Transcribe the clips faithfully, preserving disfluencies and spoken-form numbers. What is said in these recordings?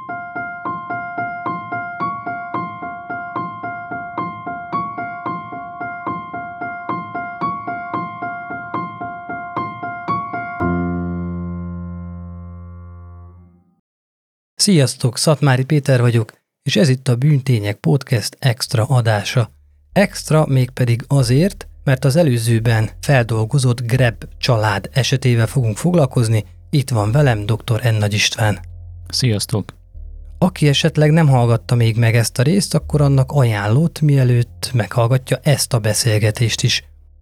Sziasztok, Szatmári Péter vagyok, és ez itt a Bűntények Podcast extra adása. Extra mégpedig azért, mert az előzőben feldolgozott Greb család esetével fogunk foglalkozni. Itt van velem dr. N. Nagy István. Sziasztok! Aki esetleg nem hallgatta még meg ezt a részt, akkor annak ajánlott, mielőtt meghallgatja ezt a beszélgetést is.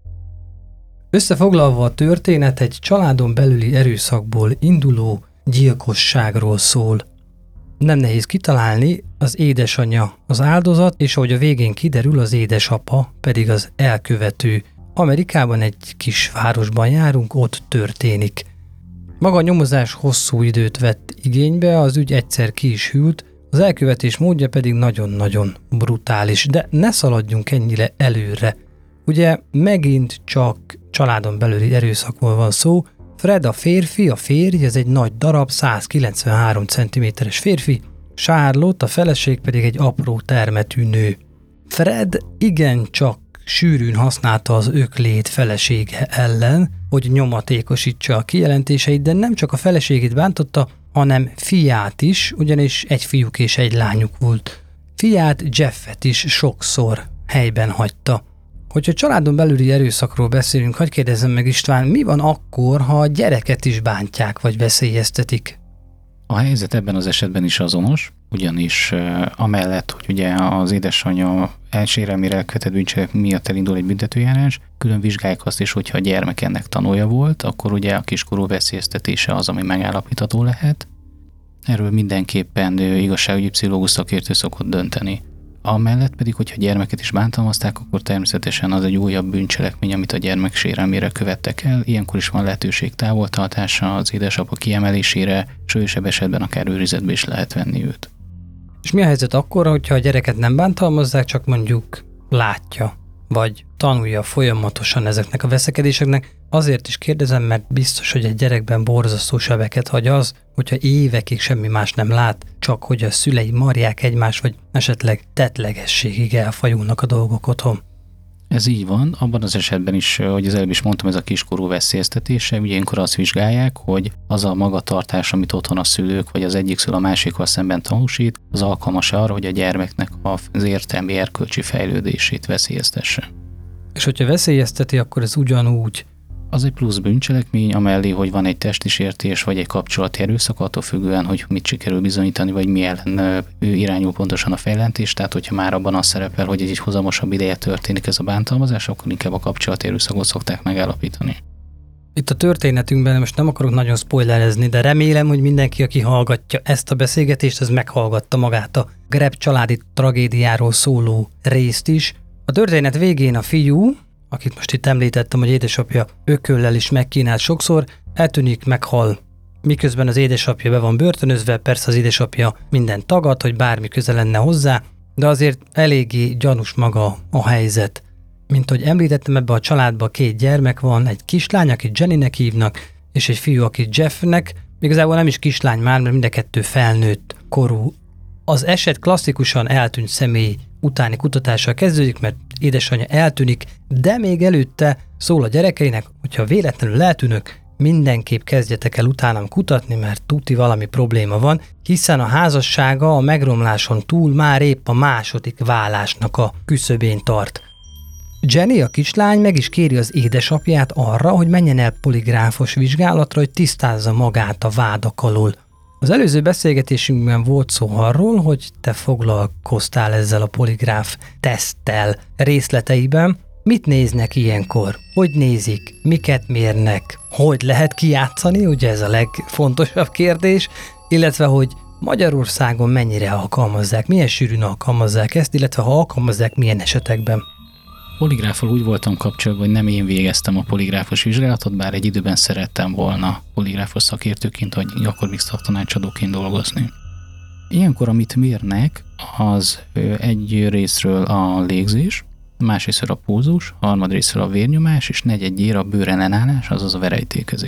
Összefoglalva a történet egy családon belüli erőszakból induló gyilkosságról szól. Nem nehéz kitalálni, az édesanyja az áldozat, és ahogy a végén kiderül, az édesapa pedig az elkövető. Amerikában egy kis városban járunk, ott történik. Maga a nyomozás hosszú időt vett igénybe, az ügy egyszer ki is hűlt, az elkövetés módja pedig nagyon-nagyon brutális, de ne szaladjunk ennyire előre. Ugye megint csak családon belüli erőszakról van szó. Fred a férfi, a férj, ez egy nagy darab, száz kilencvenhárom centiméteres férfi, Charlotte a feleség pedig egy apró termetű nő. Fred igencsak sűrűn használta az öklét felesége ellen, hogy nyomatékosítsa a kijelentéseit, de nem csak a feleségét bántotta, hanem fiát is, ugyanis egy fiúk és egy lányuk volt. Fiát, Jeffet is sokszor helyben hagyta. Hogyha családon belüli erőszakról beszélünk, hadd kérdezzem meg István, mi van akkor, ha a gyereket is bántják vagy veszélyeztetik? A helyzet ebben az esetben is azonos, ugyanis uh, amellett, hogy ugye az édesanyja elsérelmére elkövetett bűncselekmény miatt elindul egy büntetőjárás, külön vizsgálják azt is, hogyha a gyermek ennek tanúja volt, akkor ugye a kiskorú veszélyeztetése az, ami megállapítható lehet. Erről mindenképpen uh, igazságügyi pszichológus szakértő szokott dönteni. Amellett pedig, hogyha a gyermeket is bántalmazták, akkor természetesen az egy újabb bűncselekmény, amit a gyermek sérelmére követtek el. Ilyenkor is van lehetőség távoltartása az édesapa kiemelésére, súlyosabb esetben akár őrizetbe is lehet venni őt. És mi a helyzet akkor, hogyha a gyereket nem bántalmazzák, csak mondjuk látja, vagy tanulja folyamatosan ezeknek a veszekedéseknek? Azért is kérdezem, mert biztos, hogy egy gyerekben borzasztó sebeket hagy az, hogyha évekig semmi más nem lát, csak hogy a szülei marják egymást, vagy esetleg tettlegességig elfajulnak a dolgok otthon. Ez így van, abban az esetben is, hogy az előbb is mondtam, ez a kiskorú veszélyeztetése, ugye ilyenkor azt vizsgálják, hogy az a magatartás, amit otthon a szülők, vagy az egyik szülő a másikkal szemben tanúsít, az alkalmas arra, hogy a gyermeknek az értelmi erkölcsi fejlődését veszélyeztesse. És hogyha veszélyezteti, akkor ez ugyanúgy. Az egy plusz bűncselekmény, amellé, hogy van egy testi sértés, vagy egy kapcsolati erőszak, attól függően, hogy mit sikerül bizonyítani, vagy mi ellen irányul pontosan a fejlentés. Tehát, hogyha már abban az szerepel, hogy egy hozamosabb ideje történik ez a bántalmazás, akkor inkább a kapcsolati erőszakot szokták megállapítani. Itt a történetünkben most nem akarok nagyon spoilerezni, de remélem, hogy mindenki, aki hallgatja ezt a beszélgetést, az meghallgatta magát a Greb családi tragédiáról szóló részt is. A történet végén a fiú, akit most itt említettem, hogy édesapja ököllel is megkínált sokszor, eltűnik, meghal. Miközben az édesapja be van börtönözve, persze az édesapja minden tagad, hogy bármi köze lenne hozzá, de azért eléggé gyanús maga a helyzet. Mint hogy említettem, ebbe a családban két gyermek van, egy kislány, akit Jennynek hívnak, és egy fiú, akit Jeffnek, igazából nem is kislány már, mert mind a kettő felnőtt korú. Az eset klasszikusan eltűnt személy utáni kutatással kezdődik, mert édesanyja eltűnik, de még előtte szól a gyerekeinek, hogyha véletlenül eltűnök, mindenképp kezdjetek el utánam kutatni, mert tuti valami probléma van, hiszen a házassága a megromláson túl már épp a második válásnak a küszöbén tart. Jenny, a kislány, meg is kéri az édesapját arra, hogy menjen el poligráfos vizsgálatra, hogy tisztázza magát a vádak alól. Az előző beszélgetésünkben volt szó arról, hogy te foglalkoztál ezzel a poligráf teszttel részleteiben. Mit néznek ilyenkor? Hogy nézik? Miket mérnek? Hogy lehet kijátszani? Ugye ez a legfontosabb kérdés, illetve hogy Magyarországon mennyire alkalmazzák, milyen sűrűn alkalmazzák ezt, illetve ha alkalmazzák, milyen esetekben. Poligráffal úgy voltam kapcsolatban, hogy nem én végeztem a poligráfos vizsgálatot, bár egy időben szerettem volna poligráfos szakértőként, vagy gyakorlati szaktanácsadóként dolgozni. Ilyenkor, amit mérnek, az egy részről a légzés, másrésztről a pulzus, harmadrésztről a vérnyomás, és negyedjére a bőr ellenállás, azaz a verejtékezés.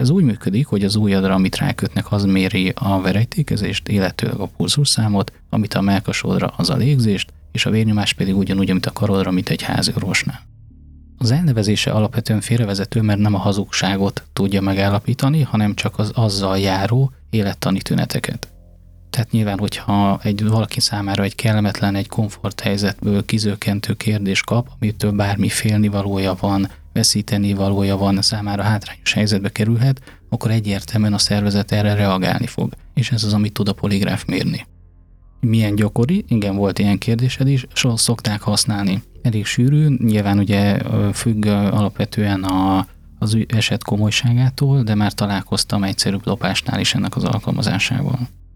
Ez úgy működik, hogy az ujjadra, amit rákötnek, az méri a verejtékezést, illetőleg a pulzusszámot, amit a mellkasodra, az a légzést, és a vérnyomás pedig ugyanúgy, mint a karodra, mint egy háziorvosnál. Az elnevezése alapvetően félrevezető, mert nem a hazugságot tudja megállapítani, hanem csak az azzal járó élettani tüneteket. Tehát nyilván, hogyha egy valaki számára egy kellemetlen, egy komforthelyzetből kizökkentő kérdés kap, amitől bármi félnivalója van, veszíteni valója van, számára hátrányos helyzetbe kerülhet, akkor egyértelműen a szervezet erre reagálni fog. És ez az, amit tud a poligráf mérni. Milyen gyakori? Igen, volt ilyen kérdésed is, soha szokták használni. Elég sűrű, nyilván ugye függ alapvetően a, az eset komolyságától, de már találkoztam egyszerűbb lopásnál is ennek az alkalmazásával.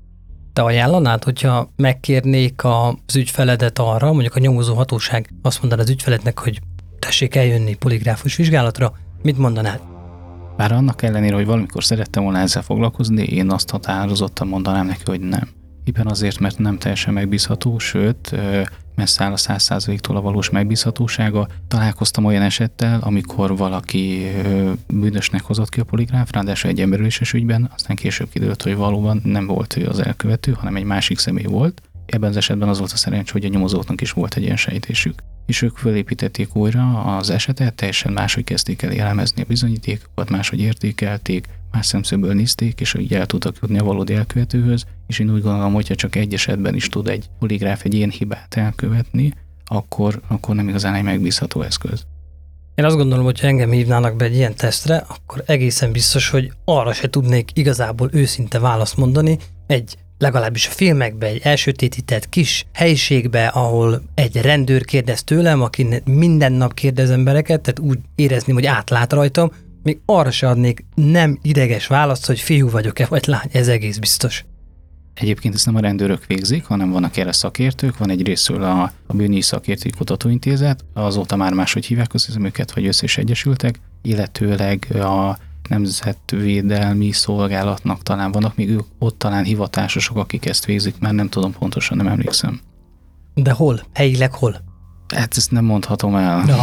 Te ajánlanád, hogyha megkérnék az ügyfeledet arra, mondjuk a nyomozó hatóság azt mondaná az ügyfelednek, hogy tessék eljönni poligráfus vizsgálatra, mit mondanád? Bár annak ellenére, hogy valamikor szerettem volna ezzel foglalkozni, én azt határozottan mondanám neki, hogy nem. Éppen azért, mert nem teljesen megbízható, sőt, messze áll a száz százaléktól a valós megbízhatósága. Találkoztam olyan esettel, amikor valaki bűnösnek hozott ki a poligráf, ráadásul egy emberöléses ügyben, aztán később kiderült, hogy valóban nem volt ő az elkövető, hanem egy másik személy volt. Ebben az esetben az volt a szerencs, hogy a nyomozóknak is volt egy ilyen sejtésük. És ők fölépítették újra az esetet, teljesen máshogy kezdték el elemezni a bizonyítékokat, máshogy értékelték, más szemszögből nézték, és így el tudtak jutni a valódi elkövetőhöz, és én úgy gondolom, hogyha csak egy esetben is tud egy poligráf egy ilyen hibát elkövetni, akkor, akkor nem igazán egy megbízható eszköz. Én azt gondolom, hogy ha engem hívnának be egy ilyen tesztre, akkor egészen biztos, hogy arra se tudnék igazából őszinte választ mondani, egy legalábbis a filmekben, egy elsötétített kis helyiségbe, ahol egy rendőr kérdez tőlem, aki minden nap kérdez embereket, tehát úgy érezni, hogy átlát rajtam, még arra se adnék nem ideges választ, hogy fiú vagyok-e, vagy lány, ez egész biztos. Egyébként ezt nem a rendőrök végzik, hanem vannak erre szakértők, van egy részről a, a Bűnügyi Szakértői Kutatóintézet, azóta már máshogy hívják az őket, vagy össze is egyesültek, illetőleg a Nemzetvédelmi Szolgálatnak talán vannak, még ők ott talán hivatásosok, akik ezt végzik, már nem tudom pontosan, nem emlékszem. De hol? Helyileg hol? Hát ezt nem mondhatom el. No.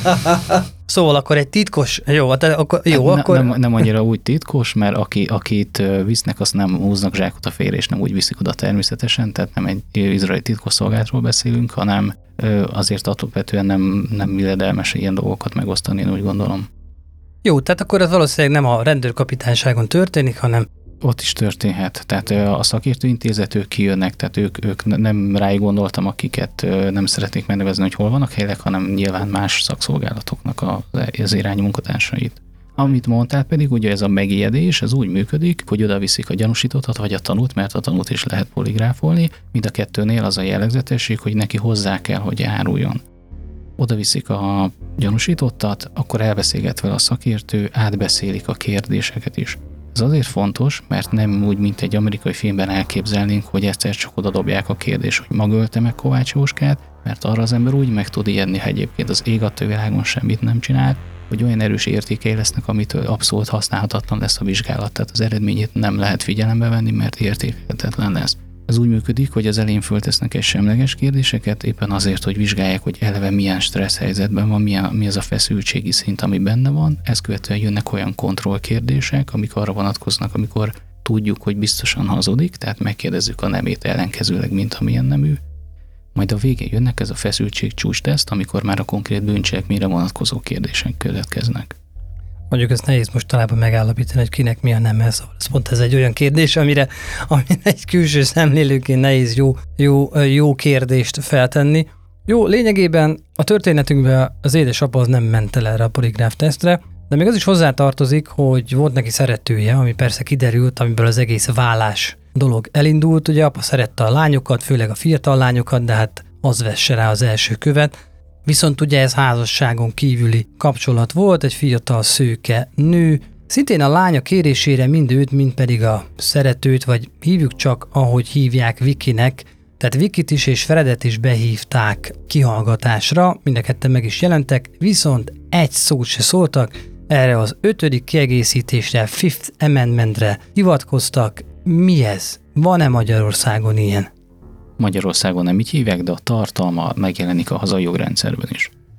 Szóval akkor egy titkos, jó, akkor, jó hát akkor... Nem, nem annyira úgy titkos, mert aki, akit visznek, azt nem húznak zsákot a félre, és nem úgy viszik oda természetesen, tehát nem egy izraeli titkosszolgálatról beszélünk, hanem azért alapvetően nem, nem illedelmes ilyen dolgokat megosztani, én úgy gondolom. Jó, tehát akkor ez valószínűleg nem a rendőrkapitányságon történik, hanem ott is történhet. Tehát a szakértőintézet, ők kijönnek, tehát ők, ők nem ráig gondoltam, akiket nem szeretnék megnevezni, hogy hol vannak helyileg, hanem nyilván más szakszolgálatoknak az irányú munkatársait. Amit mondtál pedig, ugye ez a megijedés, ez úgy működik, hogy oda viszik a gyanúsítottat, vagy a tanút, mert a tanút is lehet poligráfolni. Mind a kettőnél az a jellegzetesség, hogy neki hozzá kell, hogy járuljon. Oda viszik a gyanúsítottat, akkor elbeszélget vele a szakértő, átbeszélik a kérdéseket is. Ez azért fontos, mert nem úgy, mint egy amerikai filmben elképzelnénk, hogy egyszer csak oda dobják a kérdést, hogy maga ölte meg Kovács Jóskát, mert arra az ember úgy meg tud ijedni, ha egyébként az ég adta világon semmit nem csinált, hogy olyan erős értékei lesznek, amitől abszolút használhatatlan lesz a vizsgálat, tehát az eredményét nem lehet figyelembe venni, mert értékelhetetlen lesz. Ez úgy működik, hogy az elején föltesznek egy semleges kérdéseket, éppen azért, hogy vizsgálják, hogy eleve milyen stressz helyzetben van, milyen, mi az a feszültségi szint, ami benne van. Ezt követően jönnek olyan kontrollkérdések, amik arra vonatkoznak, amikor tudjuk, hogy biztosan hazudik, tehát megkérdezzük a nemét ellenkezőleg, mint amilyen nemű. Majd a végén jönnek ez a feszültség csúcsteszt, amikor már a konkrét bűncselekményre vonatkozó kérdések következnek. Mondjuk ezt nehéz most talában megállapítani, hogy kinek mi a neme, szóval ez pont ez egy olyan kérdés, amire, amire egy külső szemlélőként nehéz jó, jó, jó kérdést feltenni. Jó, lényegében a történetünkben az édesapa az nem ment el erre a poligráf tesztre, de még az is hozzátartozik, hogy volt neki szeretője, ami persze kiderült, amiből az egész vállás dolog elindult. Ugye apa szerette a lányokat, főleg a fiatal lányokat, de hát az vesse rá az első követ. Viszont ugye ez házasságon kívüli kapcsolat volt, egy fiatal szőke nő. Szintén a lánya kérésére mind őt, mind pedig a szeretőt, vagy hívjuk csak, ahogy hívják Vikinek, tehát Vikit is és Fredet is behívták kihallgatásra, mind a ketten meg is jelentek, viszont egy szót se szóltak, erre az ötödik kiegészítésre, Fifth Amendmentre hivatkoztak. Mi ez? Van-e Magyarországon ilyen? Magyarországon nem így hívják, de a tartalma megjelenik a hazai jogrendszerben is.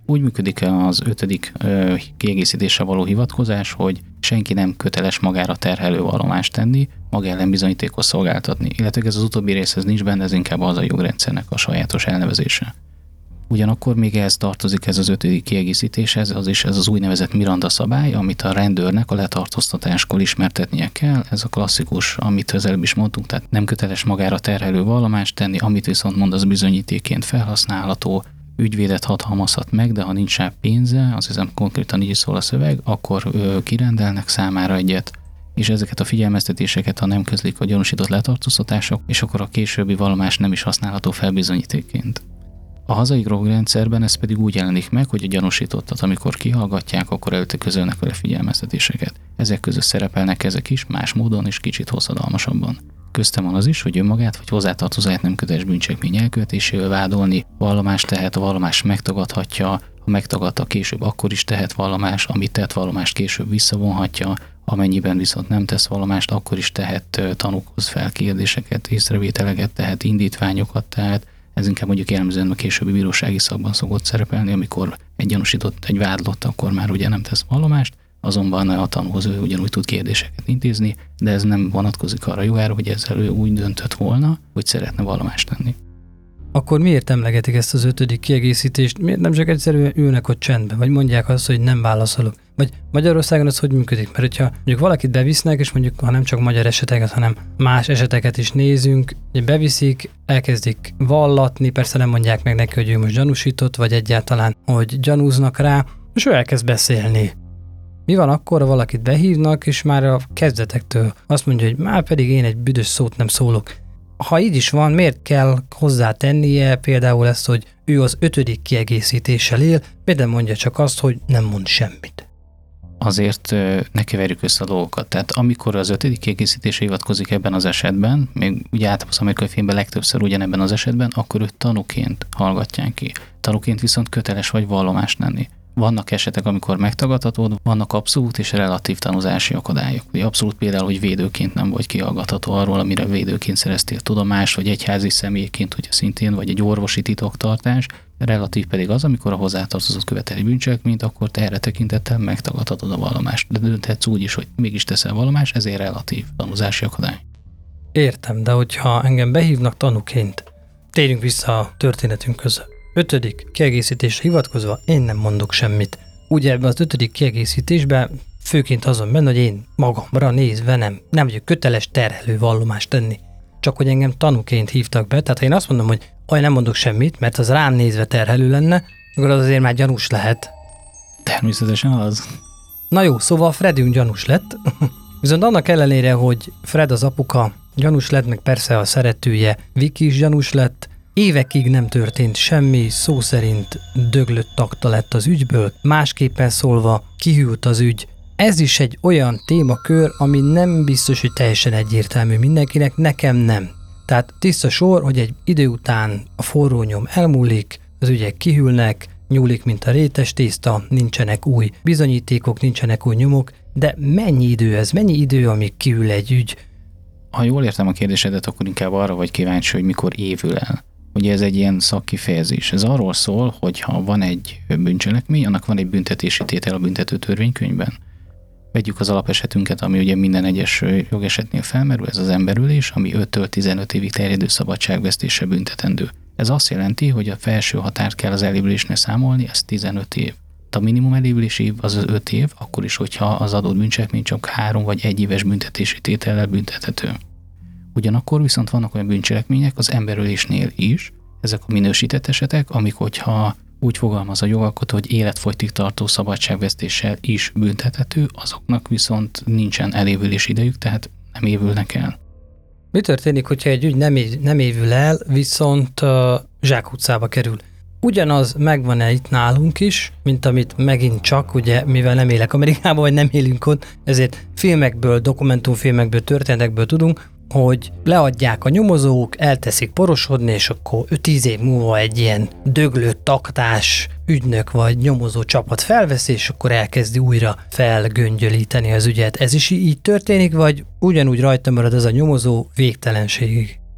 Úgy működik az ötödik ö, kiegészítésre való hivatkozás, hogy senki nem köteles magára terhelő vallomást tenni, maga ellen bizonyítékot szolgáltatni. Illetve ez az utóbbi részhez nincs benne, ez inkább az a jogrendszernek a sajátos elnevezése. Ugyanakkor még ehhez tartozik ez az ötödik kiegészítéshez, az is ez az úgynevezett Miranda szabály, amit a rendőrnek a letartóztatáskor ismertetnie kell. Ez a klasszikus, amit az előbb is mondtunk, tehát nem köteles magára terhelő vallomást tenni, amit viszont mond, az bizonyítékként felhasználható, ügyvédet hatalmazhat meg, de ha nincs rá pénze, az hiszem konkrétan így szól a szöveg, akkor ö, kirendelnek számára egyet, és ezeket a figyelmeztetéseket, ha nem közlik a gyanúsított letartóztatások, és akkor a későbbi vallomás nem is használható fel bizonyítékként. A hazai jogrendszerben ez pedig úgy jelenik meg, hogy a gyanúsítottat, amikor kihallgatják, akkor előtte közölnek vele figyelmeztetéseket. Ezek között szerepelnek ezek is, más módon és kicsit hosszadalmasabban. Köztem van az is, hogy önmagát vagy hozzátartozóját nem köteles bűncselekmény elkövetésével vádolni, vallomást tehet, a vallomást megtagadhatja, ha megtagadta később, akkor is tehet vallomást, amit tett vallomást később visszavonhatja, amennyiben viszont nem tesz vallomást, akkor is tehet tanúkhoz fel kérdéseket, észrevételeket, tehet indítványokat, tehát ez inkább mondjuk jellemzően a későbbi bírósági szakban szokott szerepelni, amikor egy gyanúsított, egy vádlott, akkor már ugye nem tesz vallomást, azonban a tanúhoz ő ugyanúgy tud kérdéseket intézni, de ez nem vonatkozik arra jogára, hogy ezzel ő úgy döntött volna, hogy szeretne vallomást tenni. Akkor miért emlegetik ezt az ötödik kiegészítést? Miért nem csak egyszerűen ülnek ott csendben, vagy mondják azt, hogy nem válaszolok? Vagy Magyarországon ez hogy működik? Mert hogyha mondjuk valakit bevisznek, és mondjuk ha nem csak magyar eseteket, hanem más eseteket is nézünk, hogy beviszik, elkezdik vallatni, persze nem mondják meg neki, hogy ő most gyanúsított, vagy egyáltalán, hogy gyanúznak rá, és ő elkezd beszélni. Mi van akkor, ha valakit behívnak, és már a kezdetektől azt mondja, hogy már pedig én egy büdös szót nem szólok. Ha így is van, miért kell hozzátennie például ezt, hogy ő az ötödik kiegészítéssel él, például mondja csak azt, hogy nem mond semmit. Azért ne keverjük össze a dolgokat. Tehát amikor az ötödik kiegészítésre hivatkozik ebben az esetben, még ugye általában az amerikai filmben legtöbbször ugyanebben az esetben, akkor őt tanúként hallgatják ki. Tanúként viszont köteles vagy vallomást tenni. Vannak esetek, amikor megtagadhatod, vannak abszolút és relatív tanúzási akadályok. Ugye abszolút például, hogy védőként nem vagy kihallgatható arról, amire védőként szereztél tudomást, vagy egyházi személyként, ugye szintén, vagy egy orvosi titoktartás. Relatív pedig az, amikor a hozzátartozott követeli bűncselekményt, akkor te erre tekintettel megtagadhatod a vallomást. De dönthetsz úgy is, hogy mégis teszel vallomást, ezért relatív tanúzási akadály. Értem, de hogyha engem behívnak tanúként, térjünk vissza a történetünkhöz. Ötödik kiegészítésre hivatkozva én nem mondok semmit. Ugye ebben az ötödik kiegészítésben főként azon benne, hogy én magamra nézve nem, nem vagyok köteles terhelő vallomást tenni. Csak hogy engem tanúként hívtak be, tehát ha én azt mondom, hogy aj, nem mondok semmit, mert az rám nézve terhelő lenne, akkor az azért már gyanús lehet. Természetesen az. Na jó, szóval Fredünk gyanús lett, viszont annak ellenére, hogy Fred az apuka gyanús lett, meg persze a szeretője Vicky is gyanús lett, évekig nem történt semmi, szó szerint döglött takta lett az ügyből, másképpen szólva kihűlt az ügy. Ez is egy olyan témakör, ami nem biztos, hogy teljesen egyértelmű mindenkinek, nekem nem. Tehát tiszta sor, hogy egy idő után a forró nyom elmúlik, az ügyek kihűlnek, nyúlik, mint a rétes tészta, nincsenek új bizonyítékok, nincsenek új nyomok, de mennyi idő ez, mennyi idő, amíg kihűl egy ügy? Ha jól értem a kérdésedet, akkor inkább arra vagy kíváncsi, hogy mikor évül el. Ugye ez egy ilyen szakkifejezés. Ez arról szól, hogy ha van egy bűncselekmény, annak van egy büntetési tétel a büntető törvénykönyvben. Vegyük az alapesetünket, ami ugye minden egyes jogesetnél felmerül, ez az emberölés, ami öttől tizenöt évig terjedő szabadságvesztése büntetendő. Ez azt jelenti, hogy a felső határt kell az elévülésnél számolni, ez tizenöt év. A minimum elévülési év az az öt év, akkor is, hogyha az adott bűncselekmény csak három vagy egy éves büntetési tétellel büntethető. Ugyanakkor viszont vannak olyan bűncselekmények az emberölésnél is, ezek a minősített esetek, amik, hogyha úgy fogalmaz a jogalkotó, hogy életfogytig tartó szabadságvesztéssel is büntethető, azoknak viszont nincsen elévülési idejük, tehát nem évülnek el. Mi történik, hogyha egy ügy nem, év, nem évül el, viszont uh, zsákutcába kerül? Ugyanaz megvan-e itt nálunk is, mint amit megint csak, ugye, mivel nem élek Amerikában, vagy nem élünk ott, ezért filmekből, dokumentumfilmekből, történetekből tudunk, hogy leadják a nyomozók, elteszik porosodni, és akkor tíz év múlva egy ilyen döglő taktás ügynök vagy nyomozó csapat felveszi, és akkor elkezdi újra felgöngyölíteni az ügyet. Ez is így történik, vagy ugyanúgy rajta marad ez a nyomozó végtelenségig?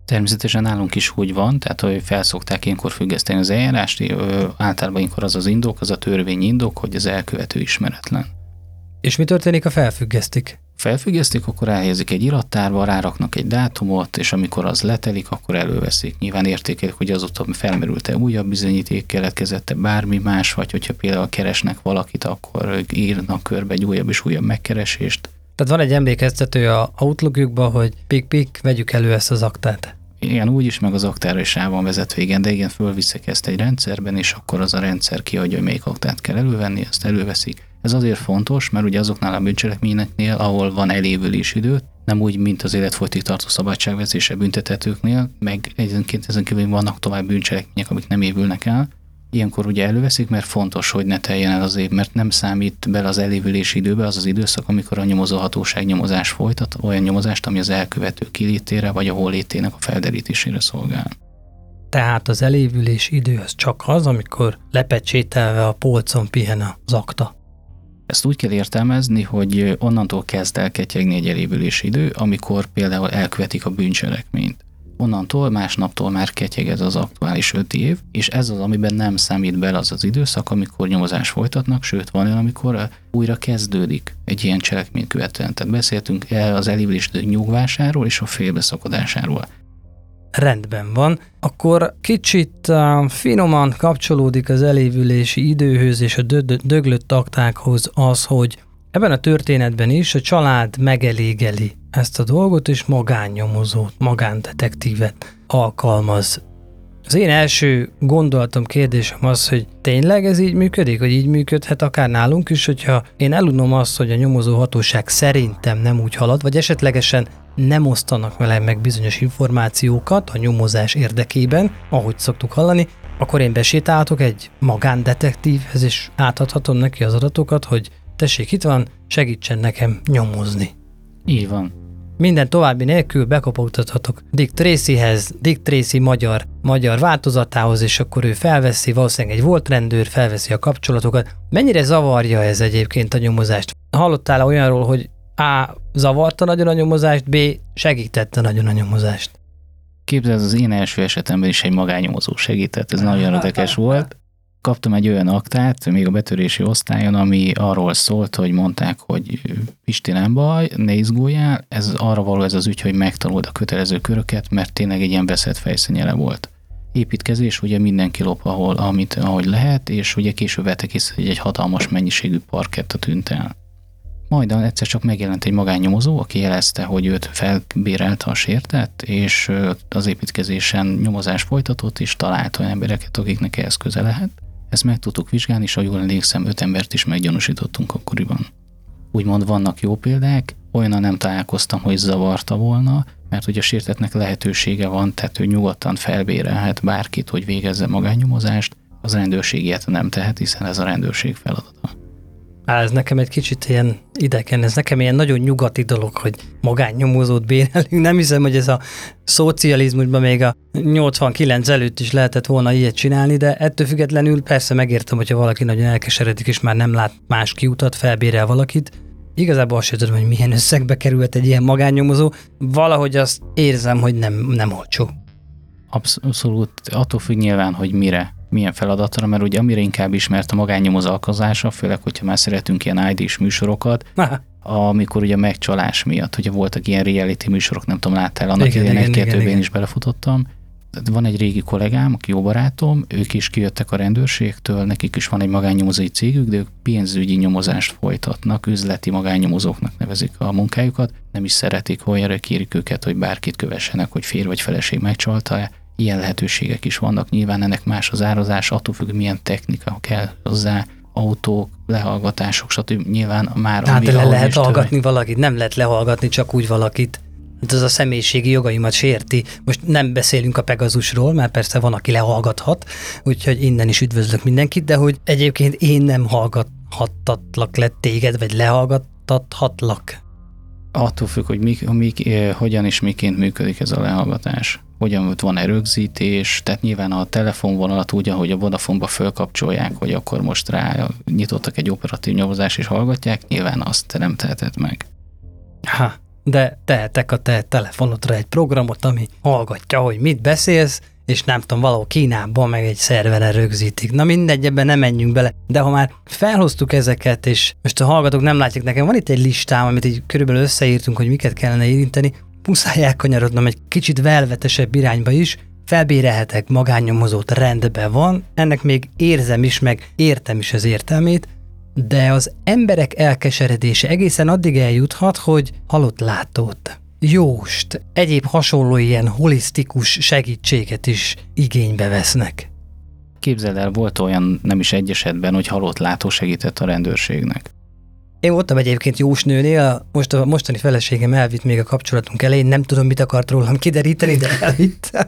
Természetesen nálunk is úgy van, tehát hogy felszokták ilyenkor függeszteni az eljárást, ö, általában ilyenkor az az indok, az a törvény indok, hogy az elkövető ismeretlen. És mi történik, ha felfüggesztik? Felfüggesztik, akkor elhelyezik egy irattárba, ráraknak egy dátumot, és amikor az letelik, akkor előveszik. Nyilván értékelik, hogy azóta felmerült-e újabb bizonyíték, keletkezett-e bármi más, vagy hogyha például keresnek valakit, akkor írnak körbe egy újabb és újabb megkeresést. Tehát van egy emlékeztető a Outlookjukban, hogy pik-pik, vegyük elő ezt az aktát. Igen, úgyis meg az aktára is rá van vezetve, igen, de igen, fölviszek ezt egy rendszerben, és akkor az a rendszer kiadja, hogy melyik aktát kell elővenni, ezt előveszik. Ez azért fontos, mert ugye azoknál a bűncselekményeknél, ahol van elévülési idő, nem úgy, mint az életfogytig tartó szabadságvesztése büntetetőknél, meg egyenként ezen kívül vannak tovább bűncselekmények, amik nem évülnek el. Ilyenkor ugye előveszik, mert fontos, hogy ne teljen el az év, mert nem számít bele az elévülési időbe az az időszak, amikor a nyomozóhatóság nyomozás folytat, olyan nyomozást, ami az elkövető kilétére vagy a hollétének a felderítésére szolgál. Tehát az elévülés idő az csak az, amikor lepecsételve a polcon pihen az akta. Ezt úgy kell értelmezni, hogy onnantól kezd el ketyegni egy elévülési idő, amikor például elkövetik a bűncselekményt. Onnantól, másnaptól már ketyeg ez az aktuális öt év, és ez az, amiben nem számít bele az az időszak, amikor nyomozás folytatnak, sőt van olyan, amikor újra kezdődik egy ilyen cselekményt követően. Tehát beszéltünk el az elévülési idő nyugvásáról és a félbeszakadásáról. Rendben van. Akkor kicsit uh, finoman kapcsolódik az elévülési időhöz és a dö- döglött aktákhoz az, hogy ebben a történetben is a család megelégeli ezt a dolgot, és magánnyomozót, magándetektívet alkalmaz. Az én első gondolatom, kérdésem az, hogy tényleg ez így működik, hogy így működhet akár nálunk is, hogyha én elunom azt, hogy a nyomozó hatóság szerintem nem úgy halad, vagy esetlegesen nem osztanak vele meg bizonyos információkat a nyomozás érdekében, ahogy szoktuk hallani, akkor én besétálhatok egy magándetektívhez, és átadhatom neki az adatokat, hogy tessék, itt van, segítsen nekem nyomozni. Így van. Minden további nélkül bekopogtathatok Dick Tracyhez, Dick Tracy magyar, magyar változatához, és akkor ő felveszi, valószínűleg egy volt rendőr, felveszi a kapcsolatokat. Mennyire zavarja ez egyébként a nyomozást? Hallottál olyanról, hogy A. zavarta nagyon a nyomozást, B. segítette nagyon a nyomozást? Képzeld, az én első esetemben is egy magánnyomozó segített, ez nagyon érdekes volt. Kaptam egy olyan aktát, még a betörési osztályon, ami arról szólt, hogy mondták, hogy Pisti, nem baj, ne izguljál, ez arra való ez az ügy, hogy megtanuld a kötelező köröket, mert tényleg egy ilyen veszett fejszennyele volt. Építkezés, ugye mindenki lop, ahol, amit, ahogy lehet, és ugye később vettek észre, hogy egy hatalmas mennyiségű parketta tűnt el. Majd egyszer csak megjelent egy magánnyomozó, aki jelezte, hogy őt felbérelte a sértett, és az építkezésen nyomozás folytatott, és talált olyan embereket, akiknek ehhez köze lehet. Ezt meg tudtuk vizsgálni, és ha jól emlékszem, öt embert is meggyanúsítottunk akkoriban. Úgymond vannak jó példák, olyannal nem találkoztam, hogy zavarta volna, mert hogy a sértettnek lehetősége van, tehát ő nyugodtan felbérelhet bárkit, hogy végezze magányomozást, az rendőrség ilyet nem tehet, hiszen ez a rendőrség feladata. Á, ez nekem egy kicsit ilyen idegen, ez nekem ilyen nagyon nyugati dolog, hogy magánnyomozót bérelünk. Nem hiszem, hogy ez a szocializmusban még a nyolcvankilenc előtt is lehetett volna ilyet csinálni, de ettől függetlenül persze megértem, hogyha valaki nagyon elkeseredik, és már nem lát más kiutat, felbérel valakit. Igazából azt sem tudom, hogy milyen összegbe került egy ilyen magánnyomozó. Valahogy azt érzem, hogy nem, nem olcsó. Abszolút, attól függ nyilván, hogy mire, milyen feladatra, mert ugye amire inkább ismert a magánnyomozó alkalmazása, főleg, hogyha már szeretünk ilyen i dés műsorokat, Aha. amikor ugye megcsalás miatt, ugye voltak ilyen reality műsorok, nem tudom, láttál, annak idején egy-kettőben én is belefutottam. Van egy régi kollégám, aki jó barátom, ők is kijöttek a rendőrségtől, nekik is van egy magánnyomozói cégük, de ők pénzügyi nyomozást folytatnak, üzleti magánnyomozóknak nevezik a munkájukat, nem is szeretik, hogy olyanra kérik őket, hogy bárkit kövessenek, hogy férj vagy feleség megcsalta-e. Ilyen lehetőségek is vannak, nyilván ennek más az árazás, attól függ, milyen technika kell hozzá, autók, lehallgatások, stb. Nyilván már... Hát le lehet hallgatni valakit, nem lehet lehallgatni csak úgy valakit. Ez a személyiségi jogaimat sérti. Most nem beszélünk a Pegazusról, mert persze van, aki lehallgathat, úgyhogy innen is üdvözlök mindenkit, de hogy egyébként én nem hallgathattatlak le téged, vagy lehallgathatlak. Attól függ, hogy mi, mi, hogyan és miként működik ez a lehallgatás. Hogyan van rögzítés, tehát nyilván a telefonvonalat úgy, ahogy a Vodafone-ba fölkapcsolják, hogy akkor most rá nyitottak egy operatív nyomozást és hallgatják, nyilván azt nem teheted meg. Ha. de tehetek a te telefonodra egy programot, ami hallgatja, hogy mit beszélsz, és nem tudom, valahol Kínában meg egy szerveren rögzítik. Na mindegy, ebben nem menjünk bele. De ha már felhoztuk ezeket, és most a hallgatók nem látják nekem, van itt egy listám, amit így körülbelül összeírtunk, hogy miket kellene érinteni. Muszáj elkanyarodnom egy kicsit velvetesebb irányba is, felbérelhetek magánnyomozót, rendben van, ennek még érzem is, meg értem is az értelmét, de az emberek elkeseredése egészen addig eljuthat, hogy halott látót, jóst, egyéb hasonló ilyen holisztikus segítséget is igénybe vesznek. Képzeld el, volt olyan nem is egy esetben, hogy halott látó segített a rendőrségnek. Én voltam egyébként jósnőnél, most a mostani feleségem elvitt még a kapcsolatunk elején, nem tudom, mit akart rólam kideríteni, de elvitt.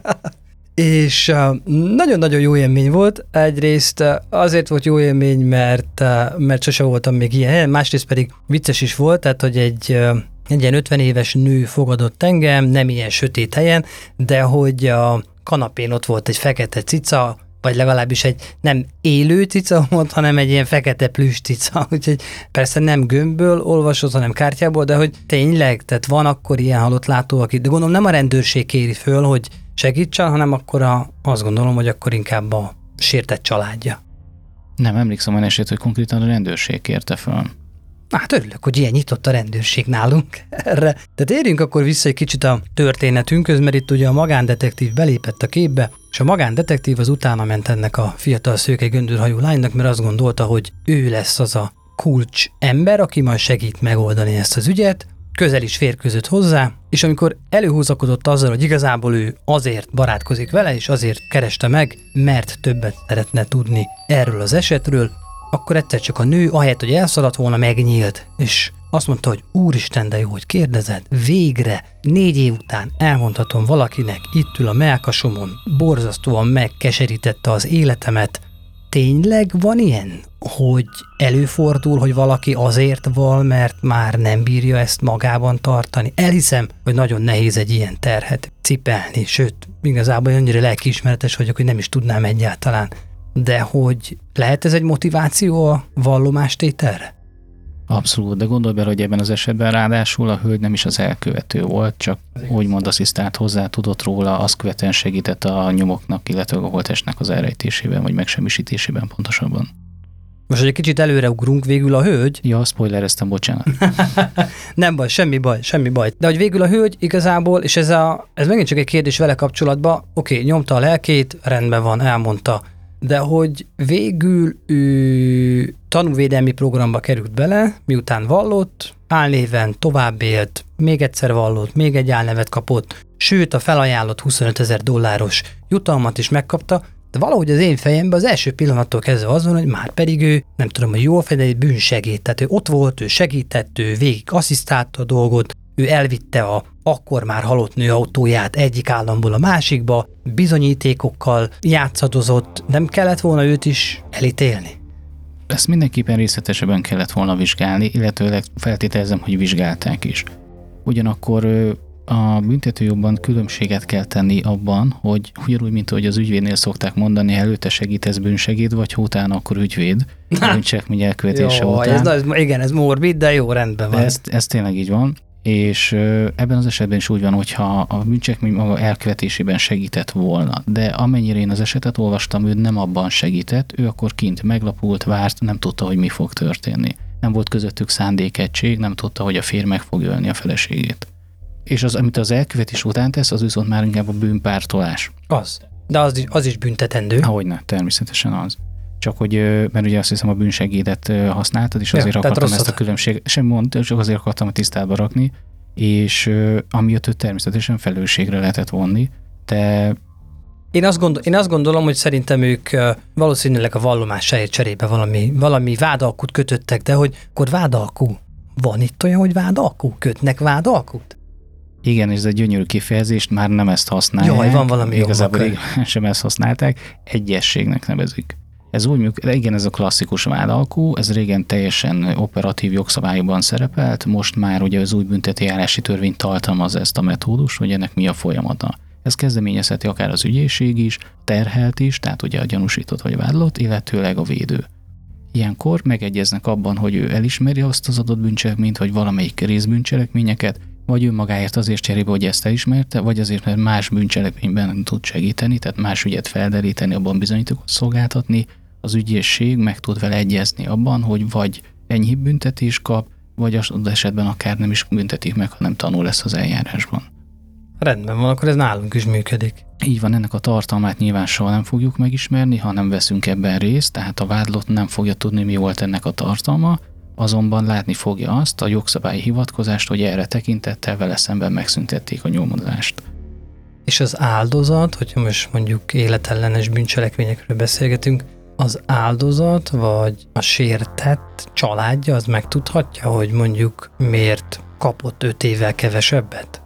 És nagyon-nagyon jó élmény volt. Egyrészt azért volt jó élmény, mert, mert sose voltam még ilyen helyen, másrészt pedig vicces is volt, tehát hogy egy, egy ilyen ötven éves nő fogadott engem, nem ilyen sötét helyen, de hogy a kanapén ott volt egy fekete cica, vagy legalábbis egy nem élő cica volt, hanem egy ilyen fekete plüss cica, úgyhogy persze nem gömbből olvasott, hanem kártyából, de hogy tényleg, tehát van akkor ilyen halott látó, aki, de gondolom nem a rendőrség kéri föl, hogy segítsen, hanem akkor a, azt gondolom, hogy akkor inkább a sértett családja. Nem emlékszem olyan eset, hogy konkrétan a rendőrség kérte föl. Hát örülök, hogy ilyen nyitott a rendőrség nálunk erre. Tehát érjünk akkor vissza egy kicsit a történetünkhöz, mert itt ugye a magándetektív belépett a képbe, és a magándetektív az utána ment ennek a fiatal szőke göndörhajú lánynak, mert azt gondolta, hogy ő lesz az a kulcs ember, aki majd segít megoldani ezt az ügyet, közel is férkőzött hozzá, és amikor előhúzakodott azzal, hogy igazából ő azért barátkozik vele, és azért kereste meg, mert többet szeretne tudni erről az esetről, akkor egyszer csak a nő, ahelyett, hogy elszaladt volna, megnyílt, és azt mondta, hogy úristen, de jó, hogy kérdezed, végre, négy év után elmondhatom valakinek, itt ül a mellkasomon, borzasztóan megkeserítette az életemet. Tényleg van ilyen, hogy előfordul, hogy valaki azért val, mert már nem bírja ezt magában tartani? Elhiszem, hogy nagyon nehéz egy ilyen terhet cipelni, sőt, igazából annyira lelkiismeretes vagyok, hogy nem is tudnám egyáltalán. De hogy lehet ez egy motiváció a vallomástételre? Abszolút, de gondolj bele, hogy ebben az esetben ráadásul a hölgy nem is az elkövető volt, csak úgymond asszisztált hozzá, tudott róla, azt követően segített a nyomoknak, illetve a holttestnek az elrejtésében, vagy megsemmisítésében pontosabban. Most egy kicsit előreugrunk, végül a hölgy. Ja, spoilereztem, bocsánat. Nem baj, semmi baj, semmi baj. De hogy végül a hölgy igazából, és ez, a, ez megint csak egy kérdés vele kapcsolatban, oké, okay, nyomta a lelkét, rendben van, elmondta, de hogy végül ő tanúvédelmi programba került bele, miután vallott, álnéven tovább élt, még egyszer vallott, még egy álnevet kapott, sőt a felajánlott huszonötezer dolláros jutalmat is megkapta, de valahogy az én fejemben az első pillanattól kezdve az van, hogy már pedig ő, nem tudom, hogy jól fejlődött, egy bűnsegéd, tehát ő ott volt, ő segített, ő végig asszisztálta a dolgot, ő elvitte a akkor már halott nő autóját egyik államból a másikba, bizonyítékokkal játszadozott, nem kellett volna őt is elítélni? Ezt mindenképpen részletesebben kellett volna vizsgálni, illetőleg feltételezem, hogy vizsgálták is. Ugyanakkor a büntetőjogban különbséget kell tenni abban, hogy ugyanúgy, mint ahogy az ügyvédnél szokták mondani, előtte segítesz bűnsegéd, vagy utána akkor ügyvéd, bűncselekmény elkövetése jó, után. Ez, igen, ez morbid, de jó, rendben van. Ez, ez tényleg így van. És ebben az esetben is úgy van, hogyha a bűncselekmény maga elkövetésében segített volna, de amennyire én az esetet olvastam, ő nem abban segített, ő akkor kint meglapult, várt, nem tudta, hogy mi fog történni. Nem volt közöttük szándékegység, nem tudta, hogy a férj meg fog ölni a feleségét. És az, amit az elkövetés után tesz, az viszont már inkább a bűnpártolás. Az. De az is, az is büntetendő. Hogyne, természetesen az. Csak hogy, mert ugye azt hiszem a bűnsegédet használtad, és azért ja, akartam ezt a különbség, sem mond, csak azért akartam a tisztába rakni, és amiatt őt természetesen felelősségre lehetett vonni, de... Én azt, gondol, én azt gondolom, hogy szerintem ők valószínűleg a vallomásáért cserébe valami, valami vádalkut kötöttek, de hogy akkor vádalkú. Van itt olyan, hogy vádalkú? Kötnek vádalkut? Igen, és ez egy gyönyörű kifejezést, már nem ezt használják. Jaj, van valami igazából régen sem ezt használták, egyességnek nevezik. Ez úgy működik, igen, ez a klasszikus vádalkú, ez régen teljesen operatív jogszabályban szerepelt, most már ugye az új büntetőjárási törvény tartalmaz ezt a metódust, hogy ennek mi a folyamata. Ez kezdeményezheti akár az ügyészség is, terhelt is, tehát ugye a gyanúsított vagy vádlott, illetőleg a védő. Ilyenkor megegyeznek abban, hogy ő elismeri azt az adott bűncselekményt, vagy valamelyik részbűncselekményeket, vagy önmagáért azért cserébe, hogy ezt elismerte, vagy azért, mert más bűncselekményben tud segíteni, tehát más ügyet felderíteni, abban bizonyítékot szolgáltatni, az ügyészség meg tud vele egyezni abban, hogy vagy enyhébb büntetés kap, vagy az esetben akár nem is büntetik meg, hanem tanul lesz az eljárásban. Rendben van, akkor ez nálunk is működik. Így van, ennek a tartalmát nyilván soha nem fogjuk megismerni, ha nem veszünk ebben részt, tehát a vádlott nem fogja tudni, mi volt ennek a tartalma, azonban látni fogja azt a jogszabályi hivatkozást, hogy erre tekintettel vele szemben megszüntették a nyomozást. És az áldozat, hogyha most mondjuk életellenes bűncselekményekről beszélgetünk, az áldozat vagy a sértett családja az megtudhatja, hogy mondjuk miért kapott öt évvel kevesebbet?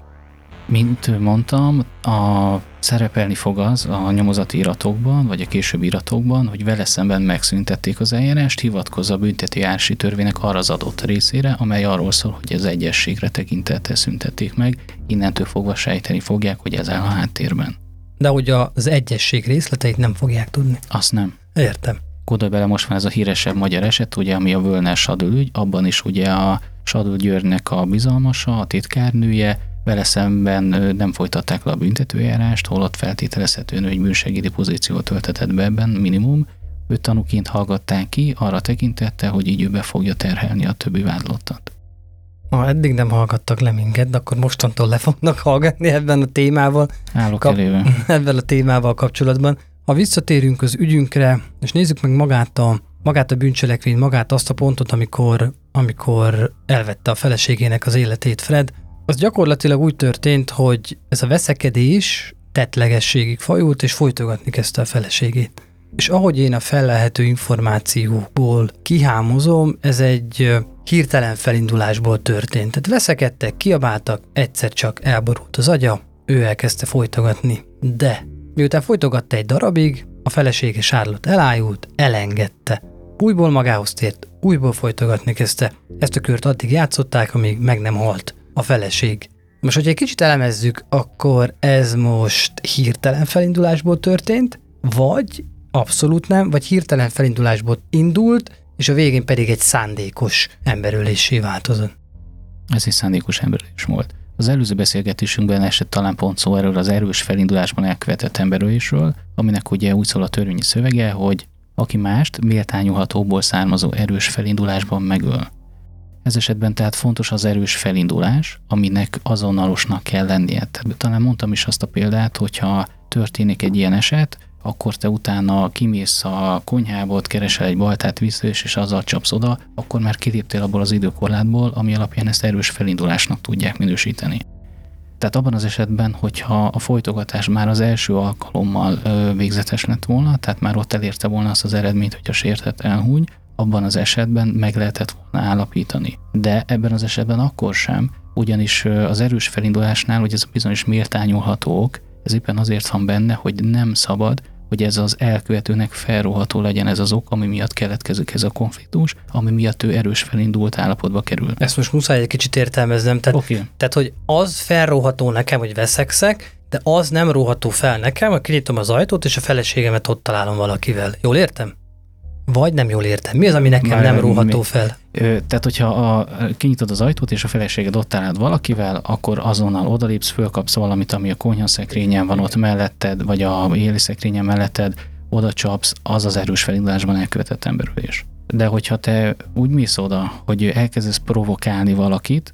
Mint mondtam, a szerepelni fog az a nyomozati iratokban, vagy a későbbi iratokban, hogy vele szemben megszüntették az eljárást, hivatkozza a büntetőjárási törvénynek arra az adott részére, amely arról szól, hogy az egyességre tekintettel szüntették meg, innentől fogva sejteni fogják, hogy ez áll a háttérben. De hogy az egyesség részleteit nem fogják tudni. Azt nem. Értem. Gondolj bele, most van ez a híresebb magyar eset, ugye, ami a Völner Sadül ügy, abban is ugye a Sadül Györgynek a bizalmasa, a titkárnője, vele szemben nem folytatták le a büntetőjárást, holott feltételezhetően, hogy bűnsegédi pozíciót töltetett be ebben minimum. Őt tanúként hallgatták ki, arra tekintette, hogy így ő be fogja terhelni a többi vádlottat. Ha eddig nem hallgattak le minket, de akkor mostantól le fognak hallgatni ebben a témával. Állok kap- elébe. Ebben a témával kapcsolatban. Ha visszatérünk az ügyünkre, és nézzük meg magát a, magát a bűncselekményt, magát azt a pontot, amikor, amikor elvette a feleségének az életét Fred, az gyakorlatilag úgy történt, hogy ez a veszekedés tettlegességig fajult, és folytogatni kezdte a feleségét. És ahogy én a fellelhető információból kihámozom, ez egy hirtelen felindulásból történt. Tehát veszekedtek, kiabáltak, egyszer csak elborult az agya, ő elkezdte folytogatni. De miután folytogatta egy darabig, a felesége Charlotte elájult, elengedte. Újból magához tért, újból folytogatni kezdte. Ezt a kört addig játszották, amíg meg nem halt a feleség. Most, hogyha egy kicsit elemezzük, akkor ez most hirtelen felindulásból történt, vagy abszolút nem, vagy hirtelen felindulásból indult, és a végén pedig egy szándékos emberölésé változott. Ez egy szándékos emberölés volt. Az előző beszélgetésünkben esett talán pont szó erről az erős felindulásban elkövetett emberölésről, aminek ugye úgy szól a törvényi szövege, hogy aki mást méltányolhatóból származó erős felindulásban megöl. Ez esetben tehát fontos az erős felindulás, aminek azonnalosnak kell lennie. Tehát talán mondtam is azt a példát, hogyha történik egy ilyen eset, akkor te utána kimész a konyhába, keresel egy baltát, visszajössz, és azzal csapsz oda, akkor már kiléptél abból az időkorlátból, ami alapján ezt erős felindulásnak tudják minősíteni. Tehát abban az esetben, hogyha a folytogatás már az első alkalommal ö, végzetes lett volna, tehát már ott elérte volna azt az eredményt, hogy a sértett elhúny, abban az esetben meg lehetett volna állapítani. De ebben az esetben akkor sem, ugyanis az erős felindulásnál, hogy ez a bizonyos méltányolható ok, ez éppen azért van benne, hogy nem szabad, hogy ez az elkövetőnek felróható legyen ez az ok, ami miatt keletkezik ez a konfliktus, ami miatt ő erős felindult állapotba kerül. Ezt most muszáj egy kicsit értelmeznem. Tehát, okay. tehát hogy az felróható nekem, hogy veszekszek, de az nem róható fel nekem, hogy kinyitom az ajtót, és a feleségemet ott találom valakivel. Jól értem? Vagy nem jól értem? Mi az, ami nekem Már nem róható fel? Ö, tehát, hogyha a, kinyitod az ajtót, és a feleséged ott találod valakivel, akkor azonnal odalépsz, fölkapsz valamit, ami a konyhaszekrényen van ott melletted, vagy a éli szekrényen melletted, oda csapsz, az az erős felindulásban elkövetett emberölés. De hogyha te úgy mész oda, hogy elkezdesz provokálni valakit,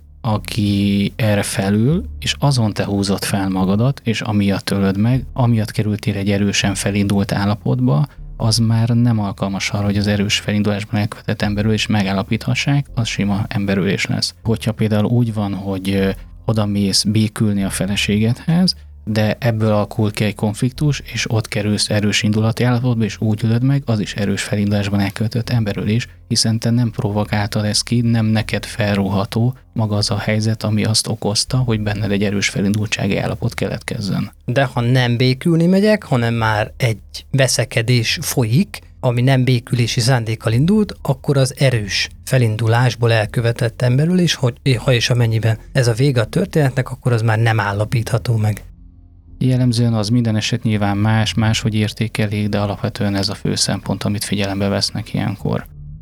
aki erre felül, és azon te húzod fel magadat, és amiatt ölöd meg, amiatt kerültél egy erősen felindult állapotba, az már nem alkalmas arra, hogy az erős felindulásban elkövetett emberölés megállapíthassák, az sima emberölés lesz. Hogyha például úgy van, hogy oda mész békülni a feleségedhez, de ebből alakul ki egy konfliktus, és ott kerülsz erős indulati állapotba, és úgy ülöd meg, az is erős felindulásban elkövetett emberölés, hiszen te nem provokáltad ezt ki, nem neked felróható maga az a helyzet, ami azt okozta, hogy benned egy erős felindultsági állapot keletkezzen. De ha nem békülni megyek, hanem már egy veszekedés folyik, ami nem békülési szándékkal indult, akkor az erős felindulásból elkövetett emberölés, hogy ha és amennyiben ez a vége a történetnek, akkor az már nem állapítható meg. Jellemzően az minden eset nyilván más, máshogy értékelik, de alapvetően ez a fő szempont, amit figyelembe vesznek ilyenkor.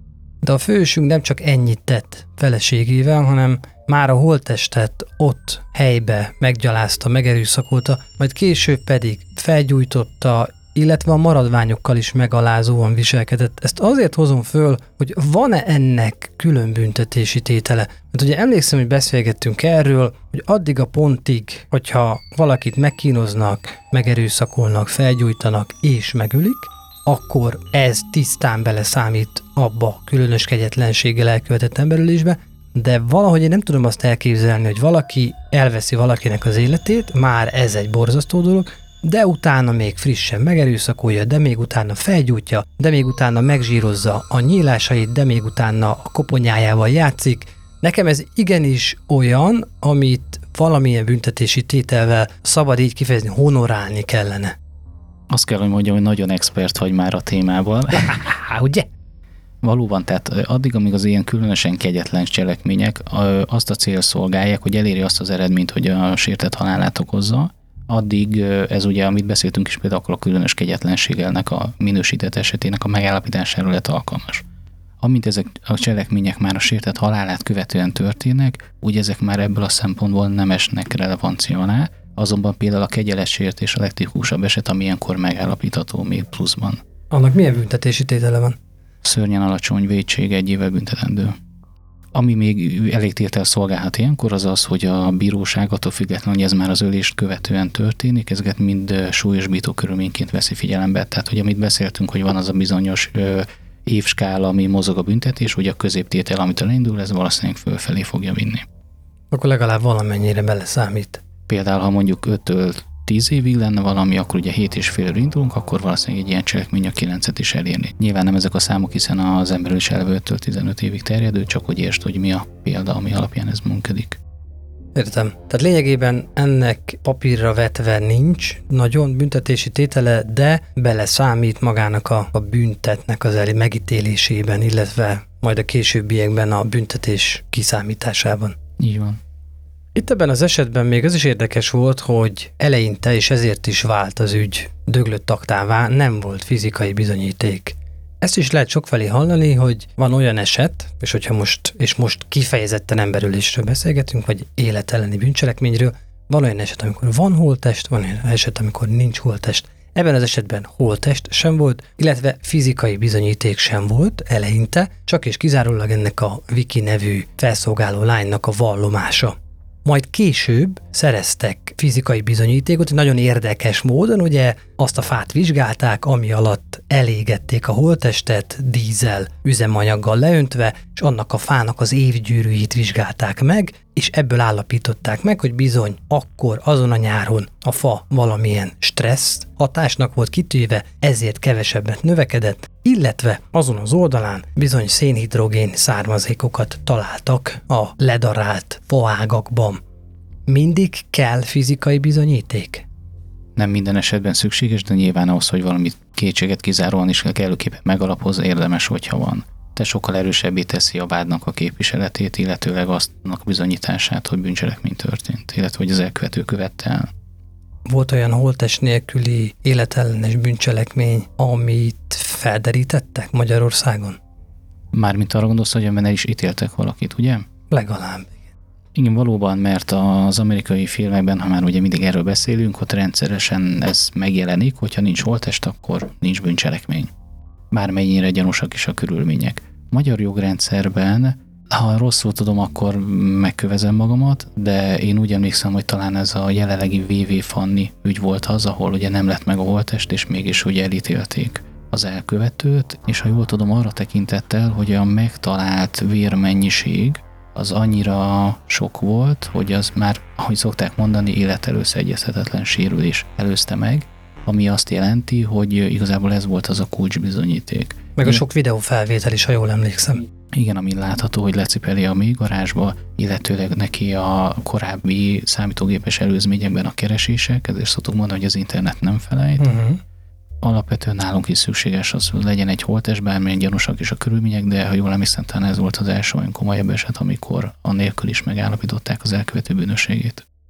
De a fősünk nem csak ennyit tett feleségével, hanem már a holttestet ott helybe meggyalázta, megerőszakolta, majd később pedig felgyújtotta, illetve a maradványokkal is megalázóan viselkedett. Ezt azért hozom föl, hogy van-e ennek külön büntetési tétele. Mert ugye emlékszem, hogy beszélgettünk erről, hogy addig a pontig, hogyha valakit megkínoznak, megerőszakolnak, felgyújtanak és megölik, akkor ez tisztán beleszámít abba különös kegyetlenséggel elkövetett emberölésbe, de valahogy én nem tudom azt elképzelni, hogy valaki elveszi valakinek az életét, már ez egy borzasztó dolog, de utána még frissen megerőszakolja, de még utána felgyújtja, de még utána megzsírozza a nyílásait, de még utána a koponyájával játszik. Nekem ez igenis olyan, amit valamilyen büntetési tételvel, szabad így kifejezni, honorálni kellene. Azt kell, hogy mondjam, hogy nagyon expert vagy már a témában. Ugye? Valóban, tehát addig, amíg az ilyen különösen kegyetlen cselekmények azt a cél szolgálják, hogy eléri azt az eredményt, hogy a sértett halálát okozza, addig ez ugye, amit beszéltünk is, például akkor a különös kegyetlenségelnek a minősített esetének a megállapításáról lett alkalmas. Amint ezek a cselekmények már a sértett halálát követően történnek, úgy ezek már ebből a szempontból nem esnek relevancia alá, azonban például a kegyelessértés a legtipikusabb eset, ami ilyenkor megállapítható még pluszban. Annak milyen büntetési tétele van? Szörnyen alacsony vétség, egy évvel büntetendő. Ami még elég tétel szolgálhat ilyenkor, az az, hogy a bíróság attól függetlenül, hogy ez már az ölést követően történik, ezeket mind súlyosbító körülményként veszi figyelembe. Tehát, hogy amit beszéltünk, hogy van az a bizonyos ö, évskála, ami mozog a büntetés, hogy a középtétel, amitől indul, ez valószínűleg fölfelé fogja vinni. Akkor legalább valamennyire beleszámít. Például, ha mondjuk öttől tíz évig lenne valami, akkor ugye hét és félről indulunk, akkor valószínűleg egy ilyen cselekmény a kilencet is elérni. Nyilván nem ezek a számok, hiszen az emberölés eleve öttől tizenöt évig terjedő, csak hogy értsd, hogy mi a példa, ami alapján ez működik. Értem. Tehát lényegében ennek papírra vetve nincs nagyon büntetési tétele, de beleszámít magának a, a büntetnek az elé megítélésében, illetve majd a későbbiekben a büntetés kiszámításában. Így van. Itt ebben az esetben még az is érdekes volt, hogy eleinte, és ezért is vált az ügy döglött aktává, nem volt fizikai bizonyíték. Ezt is lehet sokfelé hallani, hogy van olyan eset, és hogyha most, és most kifejezetten emberölésről beszélgetünk, vagy élet elleni bűncselekményről, van olyan eset, amikor van holttest, van olyan eset, amikor nincs holttest. Ebben az esetben holttest sem volt, illetve fizikai bizonyíték sem volt eleinte, csak és kizárólag ennek a Viki nevű felszolgáló lánynak a vallomása. Majd később szereztek fizikai bizonyítékot, nagyon érdekes módon, ugye azt a fát vizsgálták, ami alatt elégették a holttestet dízel üzemanyaggal leöntve, és annak a fának az évgyűrűjét vizsgálták meg, és ebből állapították meg, hogy bizony akkor azon a nyáron a fa valamilyen stressz hatásnak volt kitéve, ezért kevesebbet növekedett, illetve azon az oldalán bizony szénhidrogén származékokat találtak a ledarált faágakban. Mindig kell fizikai bizonyíték? Nem minden esetben szükséges, de nyilván ahhoz, hogy valamit kétséget kizáróan is kellőképpen megalapoz, érdemes, hogyha van. Te sokkal erősebbé teszi a vádnak a képviseletét, illetőleg aztnak a bizonyítását, hogy bűncselekmény történt, illetve hogy az elkövető követte el. Volt olyan holttest nélküli életellenes bűncselekmény, amit felderítettek Magyarországon? Mármint arra gondolsz, hogy ebben el is ítéltek valakit, ugye? Legalább. Igen, valóban, mert az amerikai filmekben, ha már ugye mindig erről beszélünk, ott rendszeresen ez megjelenik, hogyha nincs holttest, akkor nincs bűncselekmény. Bármennyire gyanúsak is a körülmények. Magyar jogrendszerben, ha rosszul tudom, akkor megkövezem magamat, de én úgy emlékszem, hogy talán ez a jelenlegi vé vé Fanni ügy volt az, ahol ugye nem lett meg a holttest, és mégis ugye elítélték az elkövetőt, és ha jól tudom, arra tekintettel, hogy a megtalált vérmennyiség az annyira sok volt, hogy az már, ahogy szokták mondani, életelőszegyezhetetlen sérülés előzte meg, ami azt jelenti, hogy igazából ez volt az a kulcsbizonyíték. Meg a sok videófelvétel is, ha jól emlékszem. Igen, amin látható, hogy lecipeli a még garázsba, illetőleg neki a korábbi számítógépes előzményekben a keresések, ezért szoktuk mondani, hogy az internet nem felejt. Uh-huh. Alapvetően nálunk is szükséges az, hogy legyen egy holttest, bármilyen gyanúsak is a körülmények, de ha jól emlékszem, talán ez volt az első olyan komolyabb eset, amikor annélkül is megállapították az elkövető bűnösségét.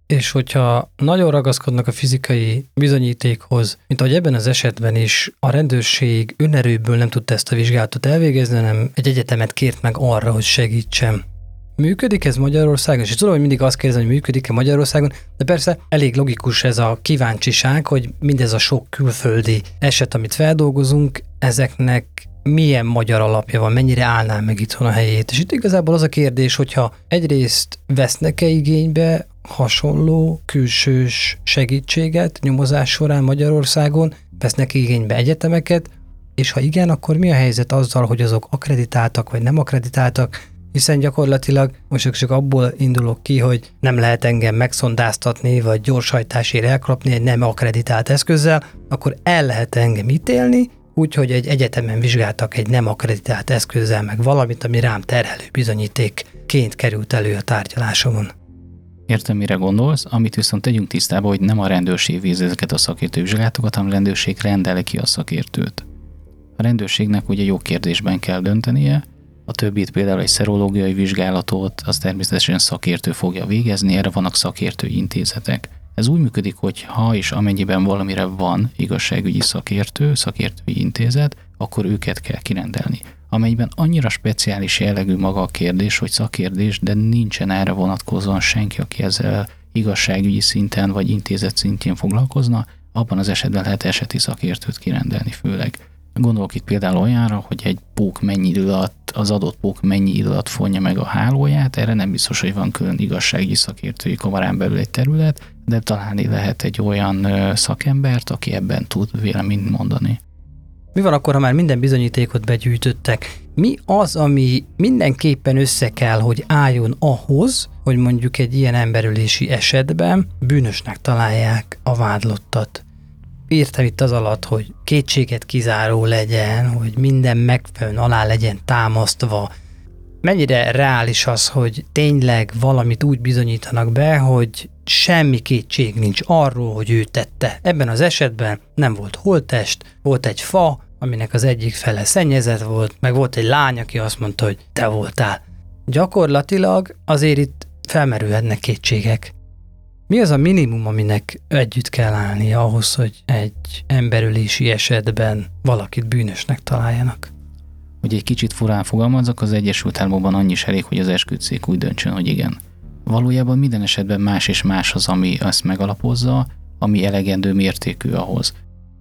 És hogyha nagyon ragaszkodnak a fizikai bizonyítékhoz, mint ahogy ebben az esetben is a rendőrség önerőből nem tudta ezt a vizsgálatot elvégezni, hanem egy egyetemet kért meg arra, hogy segítsen. Működik ez Magyarországon? És tudom, hogy mindig azt kérdezem, hogy működik-e Magyarországon, de persze elég logikus ez a kíváncsiság, hogy mindez a sok külföldi eset, amit feldolgozunk, ezeknek milyen magyar alapja van, mennyire állná meg itthon a helyét. És itt igazából az a kérdés, hogyha egyrészt vesznek-e igénybe hasonló külsős segítséget nyomozás során Magyarországon, vesznek igénybe egyetemeket, és ha igen, akkor mi a helyzet azzal, hogy azok akkreditáltak vagy nem akkreditáltak, hiszen gyakorlatilag most csak abból indulok ki, hogy nem lehet engem megszondáztatni, vagy gyorshajtásért elkapni egy nem akkreditált eszközzel, akkor el lehet engem ítélni, úgyhogy egy egyetemen vizsgáltak egy nem akkreditált eszközzel meg valamit, ami rám terhelő bizonyítékként került elő a tárgyalásomon. Értem, mire gondolsz, amit viszont tegyünk tisztába, hogy nem a rendőrség végzi ezeket a szakértő vizsgálatokat, hanem a rendőrség rendeli ki a szakértőt. A rendőrségnek ugye jó kérdésben kell döntenie, a többit például egy szerológiai vizsgálatot, az természetesen szakértő fogja végezni, erre vannak szakértői intézetek. Ez úgy működik, hogy ha és amennyiben valamire van igazságügyi szakértő, szakértői intézet, akkor őket kell kirendelni. Amelyben annyira speciális jellegű maga a kérdés, hogy szakkérdés, de nincsen erre vonatkozóan senki, aki ezzel igazságügyi szinten vagy intézet szintjén foglalkozna, abban az esetben lehet eseti szakértőt kirendelni főleg. Gondolok itt például olyanra, hogy egy pók mennyi idő alatt, az adott pók mennyi idő alatt fonja meg a hálóját, erre nem biztos, hogy van külön igazságügyi szakértői kamarán belül egy terület, de találni lehet egy olyan szakembert, aki ebben tud véleményt mondani. Mi van akkor, ha már minden bizonyítékot begyűjtöttek? Mi az, ami mindenképpen össze kell, hogy álljon ahhoz, hogy mondjuk egy ilyen emberölési esetben bűnösnek találják a vádlottat? Írtam itt az alatt, hogy kétséget kizáró legyen, hogy minden megfelelően alá legyen támasztva. Mennyire reális az, hogy tényleg valamit úgy bizonyítanak be, hogy semmi kétség nincs arról, hogy ő tette. Ebben az esetben nem volt holttest, volt egy fa, aminek az egyik fele szennyezett volt, meg volt egy lány, aki azt mondta, hogy te voltál. Gyakorlatilag azért itt felmerülhetnek kétségek. Mi az a minimum, aminek együtt kell állni ahhoz, hogy egy emberölési esetben valakit bűnösnek találjanak? Hogy egy kicsit furán fogalmazok, az Egyesült Államokban annyi is elég, hogy az esküdtszék úgy döntsön, hogy igen. Valójában minden esetben más és más az, ami ezt megalapozza, ami elegendő mértékű ahhoz.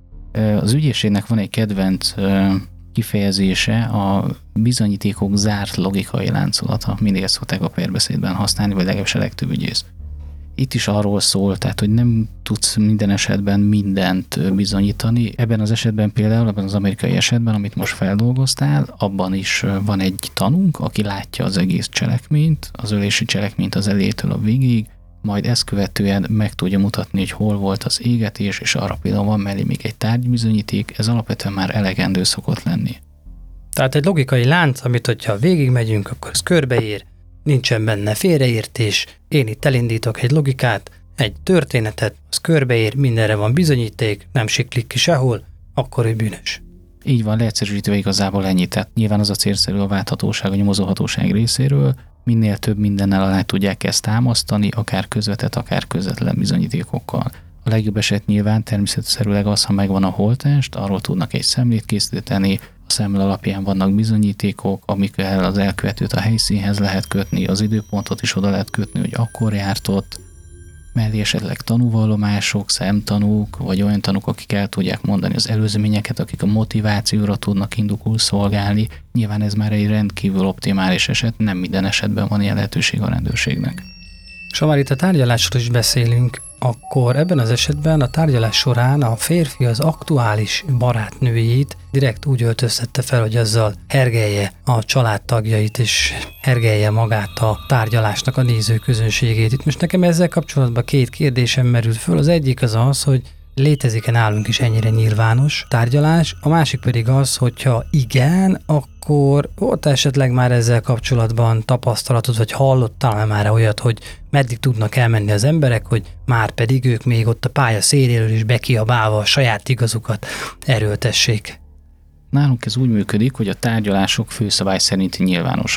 Az ügyészségnek van egy kedvenc kifejezése, a bizonyítékok zárt logikai láncolata. Mindig ezt szokták a perbeszédben használni, vagy legalábbis a legtöbb ügyész. Itt is arról szól, tehát, hogy nem tudsz minden esetben mindent bizonyítani. Ebben az esetben például, ebben az amerikai esetben, amit most feldolgoztál, abban is van egy tanúnk, aki látja az egész cselekményt, az ölési cselekményt az elejétől a végig, majd ezt követően meg tudja mutatni, hogy hol volt az égetés, és arra például van mellé még egy tárgybizonyíték, ez alapvetően már elegendő szokott lenni. Tehát egy logikai lánc, amit hogyha végigmegyünk, akkor ez körbeír, nincsen benne félreértés, én itt elindítok egy logikát, egy történetet, az körbeír, mindenre van bizonyíték, nem siklik ki sehol, akkor ő bűnös. Így van, leegyszerűsítve igazából ennyi. Tehát nyilván az a célszerű a válthatóság, a nyomozóhatóság részéről, minél több mindennel alá tudják ezt támasztani, akár közvetett, akár közvetlen bizonyítékokkal. A legjobb eset nyilván természetszerűleg az, ha megvan a holttest, arról tudnak egy szemlét készíteni, a szemle alapján vannak bizonyítékok, amikkel az elkövetőt a helyszínhez lehet kötni, az időpontot is oda lehet kötni, hogy akkor járt ott, mellé esetleg tanúvallomások, szemtanúk, vagy olyan tanúk, akik el tudják mondani az előzményeket, akik a motivációra tudnak indokul szolgálni. Nyilván ez már egy rendkívül optimális eset, nem minden esetben van ilyen lehetőség a rendőrségnek. És ha már itt a tárgyalásról is beszélünk, akkor ebben az esetben a tárgyalás során a férfi az aktuális barátnőjét direkt úgy öltöztette fel, hogy azzal hergelje a családtagjait és hergelje magát a tárgyalásnak a nézőközönségét. Itt most nekem ezzel kapcsolatban két kérdésem merült föl. Az egyik az az, hogy létezik-e nálunk is ennyire nyilvános tárgyalás, a másik pedig az, hogyha igen, akkor volt esetleg már ezzel kapcsolatban tapasztalatod, vagy hallottál már olyat, hogy meddig tudnak elmenni az emberek, hogy már pedig ők még ott a pálya széléről is bekiabálva a saját igazukat erőltessék. Nálunk ez úgy működik, hogy a tárgyalások főszabály szerint nyilvánosak.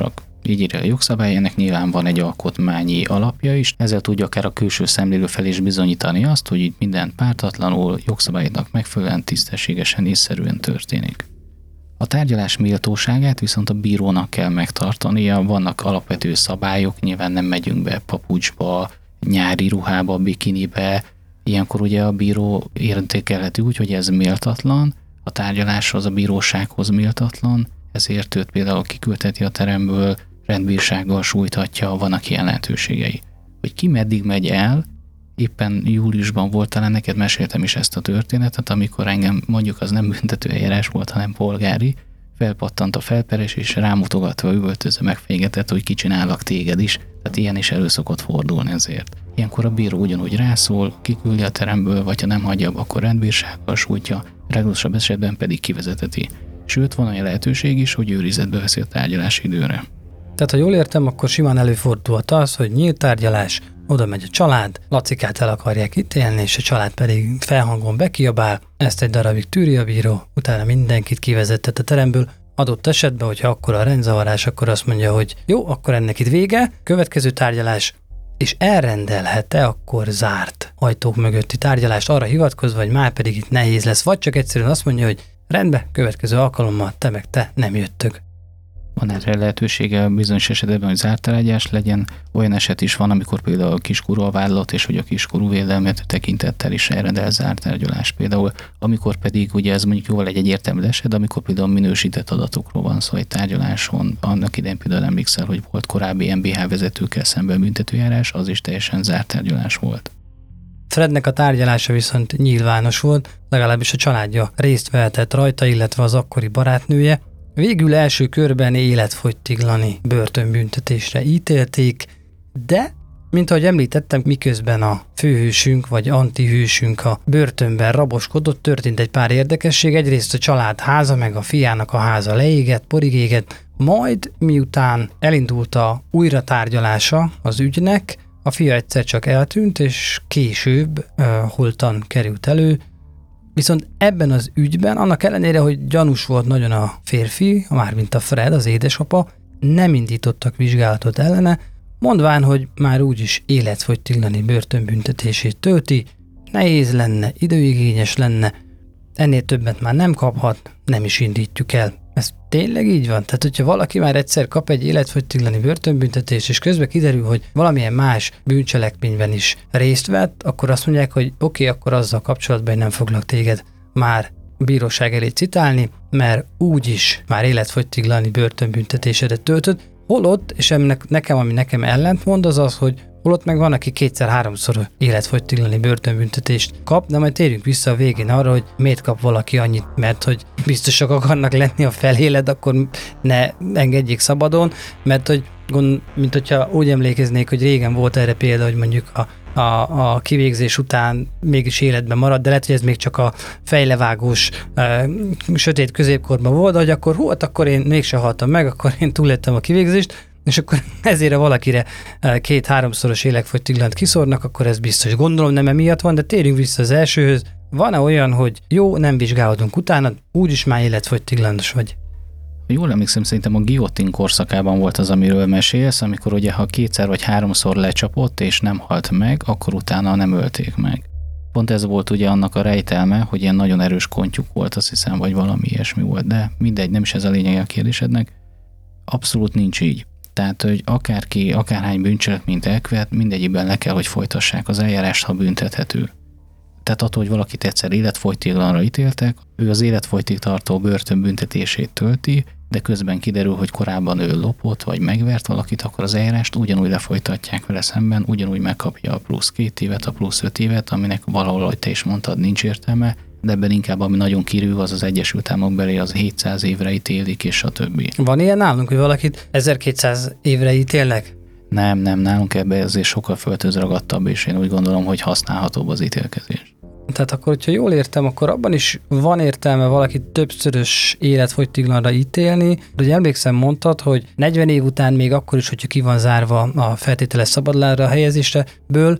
így írja a jogszabály, ennek nyilván van egy alkotmányi alapja is, ezzel tudja akár a külső szemlélő fel is bizonyítani azt, hogy itt minden pártatlanul, jogszabálynak megfelelően, tisztességesen, észszerűen történik. A tárgyalás méltóságát viszont a bírónak kell megtartania, vannak alapvető szabályok, nyilván nem megyünk be papucsba, nyári ruhába, bikinibe, ilyenkor ugye a bíró értékelheti úgy, hogy ez méltatlan, a tárgyaláshoz, a bírósághoz méltatlan, ezért őt például kiküldheti a teremből, rendbírsággal sújthatja, vannak ilyen lehetőségei. Hogy ki meddig megy el, éppen júliusban volt, talán neked meséltem is ezt a történetet, amikor engem mondjuk az nem büntető eljárás volt, hanem polgári, felpattant a felperes, és rámutogatva üvöltözve megfenyegetett, hogy kicsinálak téged is, tehát ilyen is elő szokott fordulni ezért. Ilyenkor a bíró ugyanúgy rászól, kiküldi a teremből, vagy ha nem hagyja, akkor rendbírsággal sújtja, legrosszabb esetben pedig kivezeteti. Sőt, van olyan lehetőség is, hogy őrizetbe veszi a tárgyalási időre. Tehát, ha jól értem, akkor simán előfordulhat az, hogy nyílt tárgyalás, oda megy a család, Lacikát el akarják ítélni, és a család pedig felhangon bekiabál, ezt egy darabig tűri a bíró, utána mindenkit kivezetett a teremből, adott esetben, hogyha akkor a rendzavarás, akkor azt mondja, hogy jó, akkor ennek itt vége, következő tárgyalás, és elrendelhet-e akkor zárt ajtók mögötti tárgyalást arra hivatkozva, hogy már pedig itt nehéz lesz, vagy csak egyszerűen azt mondja, hogy rendben, következő alkalommal te meg te nem jöttök. Van erre lehetősége bizonyos esetben, hogy zárt tárgyalás legyen. Olyan eset is van, amikor például a kiskorú a vállalat, és hogy a kiskorú védelmet tekintettel is elrendel zárt tárgyalás például. Amikor pedig, ugye ez mondjuk jóval egy egyértelmű eset, amikor például minősített adatokról van szó egy tárgyaláson. Annak idején például emlékszel, hogy volt korábbi em bé há vezetőkkel szemben büntetőjárás, az is teljesen zárt tárgyalás volt. Frednek a tárgyalása viszont nyilvános volt, legalábbis a családja részt vehetett rajta, illetve az akkori barátnője. Végül első körben életfogytiglani börtönbüntetésre ítélték, de, mint ahogy említettem, miközben a főhősünk vagy antihősünk a börtönben raboskodott, történt egy pár érdekesség. Egyrészt a család háza, meg a fiának a háza leégett, porig égett, majd miután elindult a újratárgyalása az ügynek, a fia egyszer csak eltűnt, és később uh, holtan került elő. Viszont ebben az ügyben, annak ellenére, hogy gyanús volt nagyon a férfi, mármint a Fred, az édesapa, nem indítottak vizsgálatot ellene, mondván, hogy már úgyis életfogytiglani börtönbüntetését tölti, nehéz lenne, időigényes lenne, ennél többet már nem kaphat, nem is indítjuk el. Ez tényleg így van? Tehát, hogyha valaki már egyszer kap egy életfogytiglani börtönbüntetést, és közben kiderül, hogy valamilyen más bűncselekményben is részt vett, akkor azt mondják, hogy oké, okay, akkor azzal kapcsolatban én nem foglak téged már bíróság elé citálni, mert úgyis már életfogytiglani börtönbüntetésedet töltött, holott, és ennek nekem, ami nekem ellentmond, az az, hogy holott meg van, aki kétszer-háromszor életfogytiglani börtönbüntetést kap, de majd térjünk vissza a végén arra, hogy miért kap valaki annyit, mert hogy biztosak akarnak lenni a feléled, akkor ne engedjék szabadon, mert hogy gond, mint hogyha úgy emlékeznék, hogy régen volt erre példa, hogy mondjuk a A, a kivégzés után mégis életben marad, de lehet, hogy ez még csak a fejlevágós e, sötét középkorban volt, de hogy akkor hú, akkor én mégsem haltam meg, akkor én túléltem a kivégzést, és akkor ezért a valakire két-háromszoros életfogytiglant kiszórnak, akkor ez biztos. Gondolom nem emiatt van, de térjünk vissza az elsőhöz. Van-e olyan, hogy jó, nem vizsgálódunk utána, úgyis már életfogytiglanos vagy? Jól emlékszem, szerintem a guillotine korszakában volt az, amiről mesélsz, amikor ugye ha kétszer vagy háromszor lecsapott és nem halt meg, akkor utána nem ölték meg. Pont ez volt ugye annak a rejtelme, hogy ilyen nagyon erős kontyuk volt, azt hiszem, vagy valami ilyesmi volt, de mindegy, nem is ez a lényeg a kérdésednek. Abszolút nincs így. Tehát, hogy akárki, akárhány bűncselekményt elkövet, mindegyikben le kell, hogy folytassák az eljárást, ha büntethető. Tehát attól, hogy valakit egyszer életfogytiglanra ítéltek, ő az életfogytig tartó börtönbüntetését tölti, de közben kiderül, hogy korábban ő lopott, vagy megvert valakit, akkor az eljárást ugyanúgy lefolytatják vele szemben, ugyanúgy megkapja a plusz két évet, a plusz öt évet, aminek valahol, ahogy te is mondtad, nincs értelme, de ebben inkább, ami nagyon kirűv, az az Egyesült Államok belé az hétszáz évre ítélik, és a többi. Van ilyen nálunk, hogy valakit ezerkétszáz évre ítélnek? Nem, nem, nálunk ebbe azért sokkal földhözragadtabb, és én úgy gondolom, hogy használhatóbb az ítélkezés. Tehát akkor, hogyha jól értem, akkor abban is van értelme valakit többszörös életfogytiglanra ítélni. Ugye emlékszem, mondtad, hogy negyven év után még akkor is, hogyha ki van zárva a feltételes szabadlábra helyezésreből,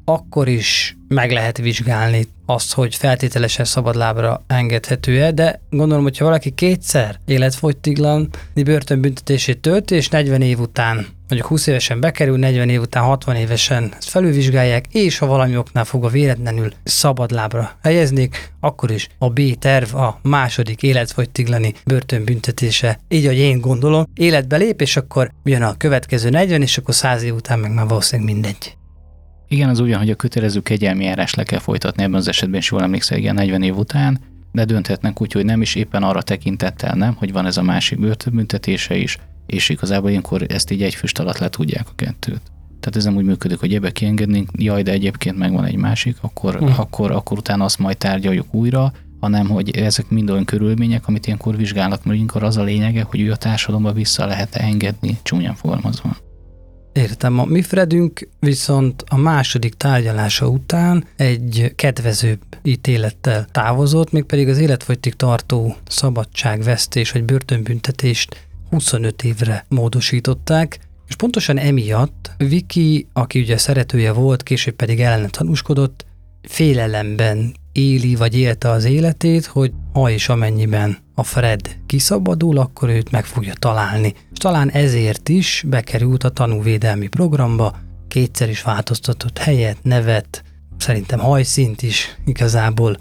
akkor is meg lehet vizsgálni azt, hogy feltételesen szabadlábra engedhető-e, de gondolom, hogyha valaki kétszer életfogytiglani börtönbüntetését tölt, és negyven év után, mondjuk húsz évesen bekerül, negyven év után hatvan évesen ezt felülvizsgálják, és ha valami oknál fogva véletlenül szabadlábra helyeznék, akkor is a B-terv a második életfogytiglani börtönbüntetése. Így, ahogy én gondolom, életbe lép, és akkor jön a következő negyven, és akkor száz év után meg már valószínűleg mindegy. Igen, az ugyan, hogy a kötelező kegyelmi járás le kell folytatni, ebben az esetben is jól emlékszel, igen, negyven év után, de dönthetnek úgy, hogy nem is éppen arra tekintettel nem, hogy van ez a másik börtönbüntetése is, és igazából ilyenkor ezt így egy füst alatt le tudják a kettőt. Tehát ez nem úgy működik, hogy ebbe kiengednénk, jaj, de egyébként megvan egy másik, akkor, hmm. akkor, akkor utána azt majd tárgyaljuk újra, hanem hogy ezek mind olyan körülmények, amit ilyenkor vizsgálnak, mert ilyenkor az a lényege, hogy ő a társadalomba vissza lehet engedni, csúnyán fogalmazva. Értem, a mi Fredünk viszont a második tárgyalása után egy kedvezőbb ítélettel távozott, mégpedig az életfogytig tartó szabadságvesztés vagy börtönbüntetést huszonöt évre módosították, és pontosan emiatt Viki, aki ugye szeretője volt, később pedig ellene tanúskodott, félelemben éli vagy élte az életét, hogy ha és amennyiben a Fred kiszabadul, akkor őt meg fogja találni. És talán ezért is bekerült a tanúvédelmi programba, kétszer is változtatott helyet, nevet, szerintem hajszínt is igazából.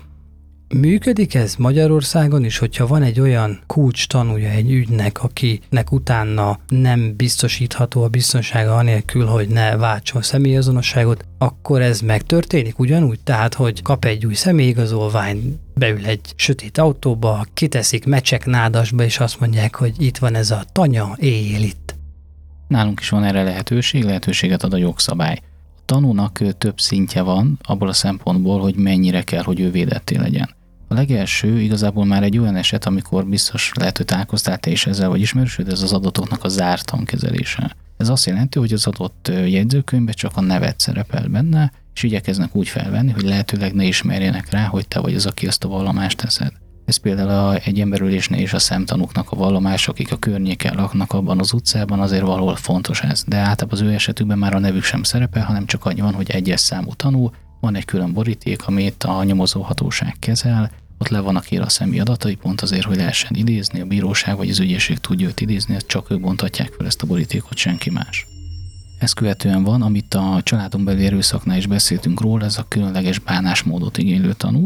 Működik ez Magyarországon is, hogyha van egy olyan kulcs tanúja egy ügynek, akinek utána nem biztosítható a biztonsága anélkül, hogy ne váltson személyazonosságot, akkor ez megtörténik ugyanúgy? Tehát, hogy kap egy új személyigazolvány, beül egy sötét autóba, kiteszik mecsek nádasba, és azt mondják, hogy itt van ez a tanya, éljél itt. Nálunk is van erre lehetőség, lehetőséget ad a jogszabály. A tanúnak több szintje van abból a szempontból, hogy mennyire kell, hogy ő védetté legyen. A legelső igazából már egy olyan eset, amikor biztos lehet, hogy találkoztál te is ezzel, vagy ismerősöd, ez az adatoknak a zártan kezelése. Ez azt jelenti, hogy az adott jegyzőkönyvben csak a neved szerepel benne, és igyekeznek úgy felvenni, hogy lehetőleg ne ismerjenek rá, hogy te vagy az, aki azt a vallomást teszed. Ez például a, egy emberölésnél is a szemtanúknak a vallomás, akik a környéken laknak abban az utcában, azért valahol fontos ez. De általában az ő esetükben már a nevük sem szerepel, hanem csak annyi van, hogy egyes számú tanú, van egy külön boríték, amit a nyomozóhatóság kezel, ott le vannak írva a személyi adatai, pont azért, hogy lehessen idézni, a bíróság vagy az ügyészség tudja őt idézni, ezt csak ők bontatják fel ezt a borítékot, senki más. Ezt követően van, amit a családon belüli erőszaknál is beszéltünk róla, ez a különleges bánásmódot igénylő tanú,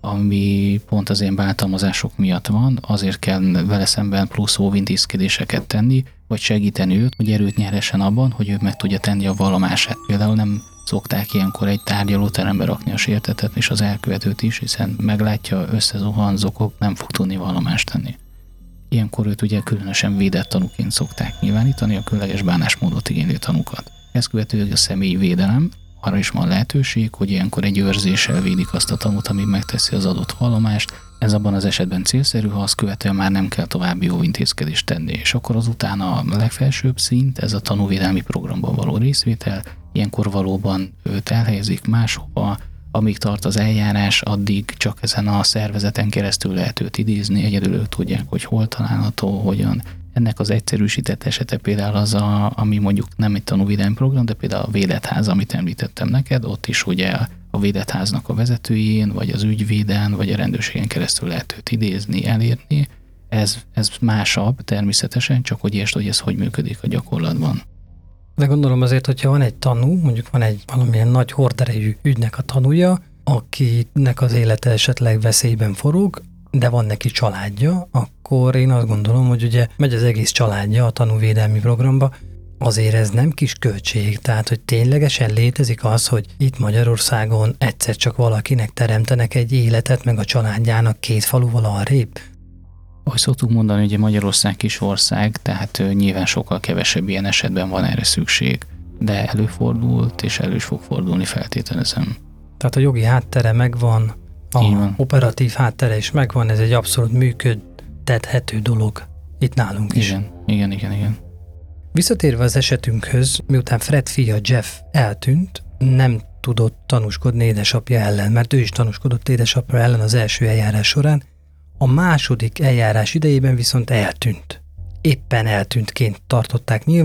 ami pont az ilyen bántalmazások miatt van, azért kell vele szemben plusz óvintézkedéseket tenni, vagy segíteni őt, hogy erőt nyerhessen abban, hogy ő meg tudja tenni a vallomását. Például nem szokták ilyenkor egy tárgyalóterembe rakni a sértettet és az elkövetőt is, hiszen meglátja, összezuhan, zokog, nem fog tudni vallomást tenni. Ilyenkor őt ugye különösen védett tanúként szokták nyilvánítani, a különleges bánásmódot igénylő tanúkat. Ezt követően a személyi védelem, arra is van lehetőség, hogy ilyenkor egy őrzéssel védik azt a tanút, amíg megteszi az adott vallomást. Ez abban az esetben célszerű, ha azt követően már nem kell további óvintézkedést tenni. És akkor azután a legfelsőbb szint, ez a tanúvédelmi programban való részvétel, ilyenkor valóban őt elhelyezik máshova, amíg tart az eljárás, addig csak ezen a szervezeten keresztül lehet őt idézni, egyedül ők tudják, hogy hol található, hogyan. Ennek az egyszerűsített esete például az, a, ami mondjuk nem egy tanúvédelmi program, de például a védetház, amit említettem neked, ott is ugye a védetháznak a vezetőjén, vagy az ügyvéden, vagy a rendőrségen keresztül lehet őt idézni, elérni. Ez, ez másabb természetesen, csak hogy értsd, hogy ez hogy működik a gyakorlatban. De gondolom azért, hogyha van egy tanú, mondjuk van egy valamilyen nagy horderejű ügynek a tanúja, akinek az élete esetleg veszélyben forog, de van neki családja, akkor én azt gondolom, hogy ugye megy az egész családja a tanúvédelmi programba, azért ez nem kis költség, tehát hogy ténylegesen létezik az, hogy itt Magyarországon egyszer csak valakinek teremtenek egy életet, meg a családjának két faluval arrébb. Ahogy szoktuk mondani, hogy Magyarország kis ország, tehát nyilván sokkal kevesebb ilyen esetben van erre szükség, de előfordult, és elő is fog fordulni, feltételezem. Tehát a jogi háttere megvan, a operatív háttere is megvan, ez egy abszolút működtethető dolog itt nálunk is. Igen, igen, igen, igen. Visszatérve az esetünkhöz, miután Fred fia Jeff eltűnt, nem tudott tanúskodni édesapja ellen, mert ő is tanúskodott édesapja ellen az első eljárás során, a második eljárás idejében viszont eltűnt. Éppen eltűntként tartották nyilván,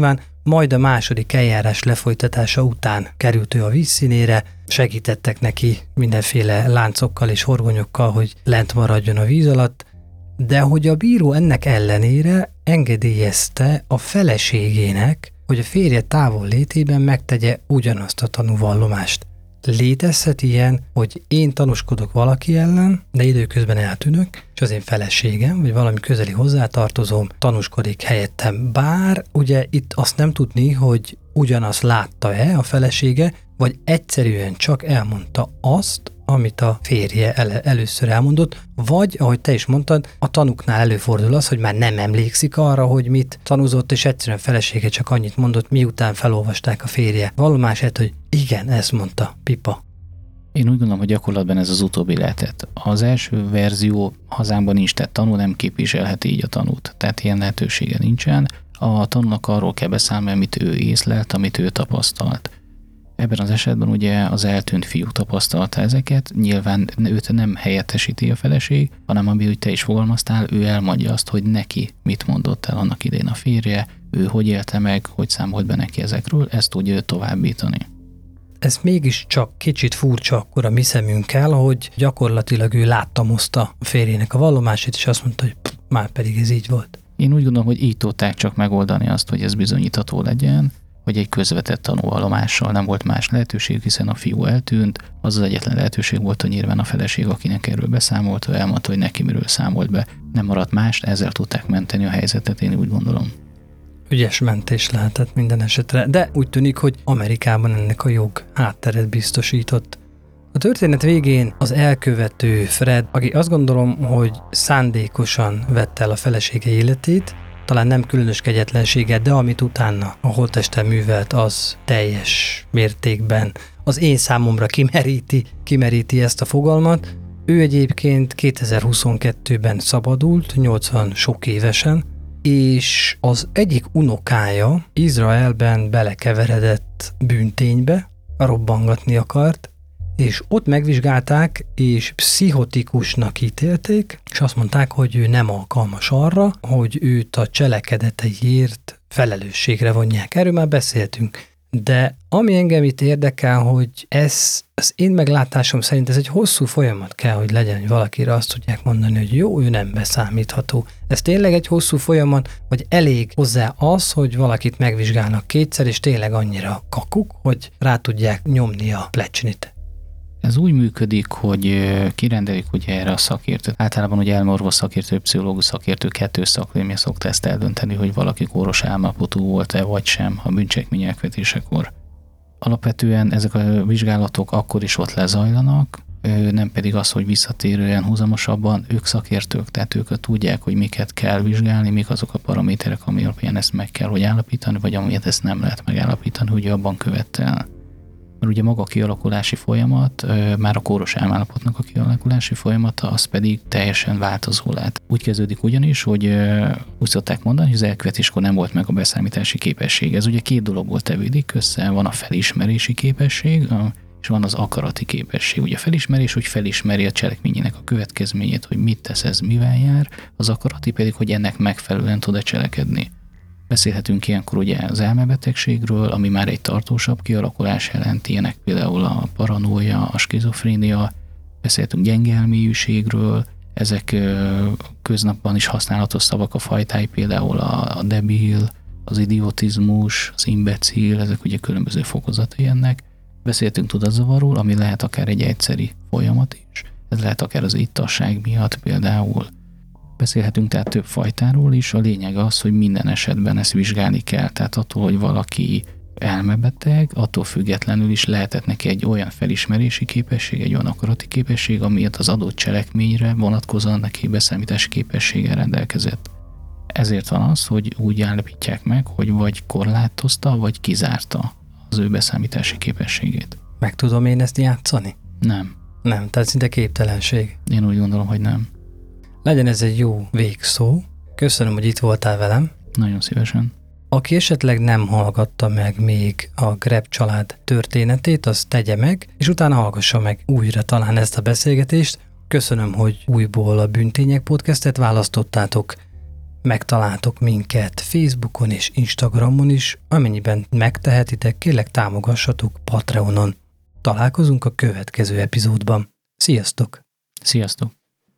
majd a második eljárás lefolytatása után került ő a vízszínére, segítettek neki mindenféle láncokkal és horgonyokkal, hogy lent maradjon a víz alatt, de hogy a bíró ennek ellenére engedélyezte a feleségének, hogy a férje távol létében megtegye ugyanazt a tanúvallomást. Létezhet ilyen, hogy én tanúskodok valaki ellen, de időközben eltűnök, és az én feleségem, vagy valami közeli hozzátartozóm tanúskodik helyettem. Bár ugye itt azt nem tudni, hogy ugyanazt látta-e a felesége, vagy egyszerűen csak elmondta azt, amit a férje el- először elmondott, vagy, ahogy te is mondtad, a tanúknál előfordul az, hogy már nem emlékszik arra, hogy mit tanúzott, és egyszerűen a felesége csak annyit mondott, miután felolvasták a férje vallomását, hogy igen, ezt mondta Pipa. Én úgy gondolom, hogy gyakorlatban ez az utóbbi lehetett. Az első verzió hazámban nincs, tehát tanú nem képviselheti így a tanút, tehát ilyen lehetősége nincsen. A tanúnak arról kell beszámolni, amit ő észlelt, amit ő tapasztalt. Ebben az esetben ugye az eltűnt fiú tapasztalta ezeket, nyilván őt nem helyettesíti a feleség, hanem ami úgy te is fogalmaztál, ő elmondja azt, hogy neki mit mondott el annak idején a férje, ő hogy élte meg, hogy számolt be neki ezekről, ezt tudja ő továbbítani. Ez mégiscsak kicsit furcsa akkor a mi szemünkkel, hogy gyakorlatilag ő láttamozta a férjének a vallomását, és azt mondta, hogy pff, már pedig ez így volt. Én úgy gondolom, hogy így tudták csak megoldani azt, hogy ez bizonyítható legyen, hogy egy közvetett tanúvallomással nem volt más lehetőség, hiszen a fiú eltűnt, az az egyetlen lehetőség volt, hogy nyilván a feleség, akinek erről beszámolt, ő elmondta, hogy neki miről számolt be. Nem maradt más, ezzel tudták menteni a helyzetet, én úgy gondolom. Ügyes mentés lehetett minden esetre, de úgy tűnik, hogy Amerikában ennek a jog hátteret biztosított. A történet végén az elkövető Fred, aki azt gondolom, hogy szándékosan vette el a felesége életét, talán nem különös kegyetlenséget, de amit utána a holttesten művelt, az teljes mértékben az én számomra kimeríti, kimeríti ezt a fogalmat. Ő egyébként kétezer-huszonkettőben szabadult, nyolcvan sok évesen, és az egyik unokája Izraelben belekeveredett bűnténybe, robbangatni akart, és ott megvizsgálták, és pszichotikusnak ítélték, és azt mondták, hogy ő nem alkalmas arra, hogy őt a cselekedeteiért felelősségre vonják. Erről már beszéltünk. De ami engem itt érdekel, hogy ez az én meglátásom szerint ez egy hosszú folyamat kell, hogy legyen, hogy valakire azt tudják mondani, hogy jó, ő nem beszámítható. Ez tényleg egy hosszú folyamat, vagy elég hozzá az, hogy valakit megvizsgálnak kétszer, és tényleg annyira kakuk, hogy rá tudják nyomni a plecsnit. Ez úgy működik, hogy kirendelik ugye erre a szakértőt. Általában ugye elmorvos szakértő, pszichológus szakértő kettő szakvéleménye szokta ezt eldönteni, hogy valaki kóros állapotú volt-e vagy sem a bűncselekmény elkövetésekor. Alapvetően ezek a vizsgálatok akkor is ott lezajlanak, nem pedig az, hogy visszatérően húzamosabban ők szakértők, tehát ők tudják, hogy miket kell vizsgálni, mik azok a paraméterek, ami alapján ezt meg kell, hogy állapítani, vagy amiért ezt nem lehet megállapítani, hogy abban követte el. Mert ugye maga a kialakulási folyamat, már a kóros álmállapotnak a kialakulási folyamata, az pedig teljesen változó lehet. Úgy kezdődik ugyanis, hogy úgy szokták mondani, hogy az elkövetéskor nem volt meg a beszámítási képesség. Ez ugye két dologból tevődik össze, van a felismerési képesség, és van az akarati képesség. Ugye a felismerés, hogy felismeri a cselekményének a következményét, hogy mit tesz ez, mivel jár, az akarati pedig, hogy ennek megfelelően tud-e cselekedni. Beszélhetünk ilyenkor ugye az elmebetegségről, ami már egy tartósabb kialakulás jelent, ilyenek például a paranóia, a skizofrénia, beszélhetünk gyenge elmélyűségről, ezek köznapban is használatos szavak a fajtái, például a debil, az idiotizmus, az imbecil, ezek ugye különböző fokozatai ennek. Beszéltünk tudatzavarról, ami lehet akár egy egyszeri folyamat is, ez lehet akár az ittasság miatt például. Beszélhetünk tehát több fajtáról is, a lényeg az, hogy minden esetben ezt vizsgálni kell, tehát attól, hogy valaki elmebeteg, attól függetlenül is lehetett neki egy olyan felismerési képesség, egy olyan akarati képesség, amiért az adott cselekményre vonatkozóan neki beszámítási képességgel rendelkezett. Ezért van az, hogy úgy állapítják meg, hogy vagy korlátozta, vagy kizárta az ő beszámítási képességét. Meg tudom én ezt játszani? Nem. Nem, tehát szinte képtelenség. Én úgy gondolom, hogy nem. Legyen ez egy jó végszó. Köszönöm, hogy itt voltál velem. Nagyon szívesen. Aki esetleg nem hallgatta meg még a Greb család történetét, az tegye meg, és utána hallgassa meg újra talán ezt a beszélgetést. Köszönöm, hogy újból a Bűntények podcastet választottátok. Megtaláltok minket Facebookon és Instagramon is, amennyiben megtehetitek, kérlek támogassatok Patreonon. Találkozunk a következő epizódban. Sziasztok! Sziasztok!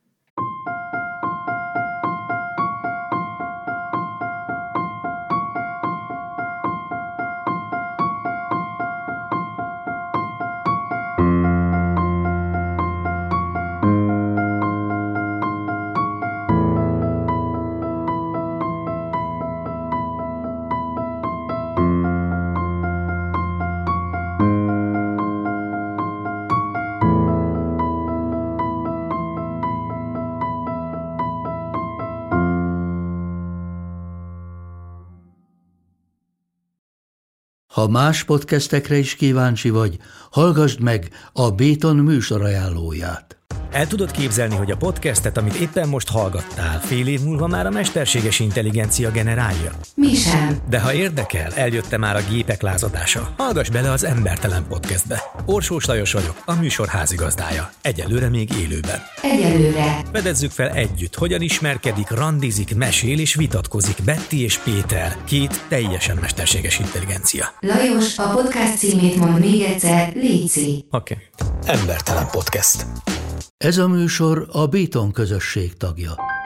Ha más podcastekre is kíváncsi vagy, hallgassd meg a Béton műsor ajánlóját. El tudod képzelni, hogy a podcastet, amit éppen most hallgattál, fél év múlva már a mesterséges intelligencia generálja? Mi sem. De ha érdekel, eljött már a gépek lázadása. Hallgass bele az Embertelen Podcastbe. Orsós Lajos vagyok, a műsor házigazdája. Egyelőre még élőben. Egyelőre. Fedezzük fel együtt, hogyan ismerkedik, randizik, mesél és vitatkozik Betty és Péter, két teljesen mesterséges intelligencia. Lajos, a podcast címét mond még egyszer, léci. Oké. Okay. Embertelen Podcast. Ez a műsor a Béton közösség tagja.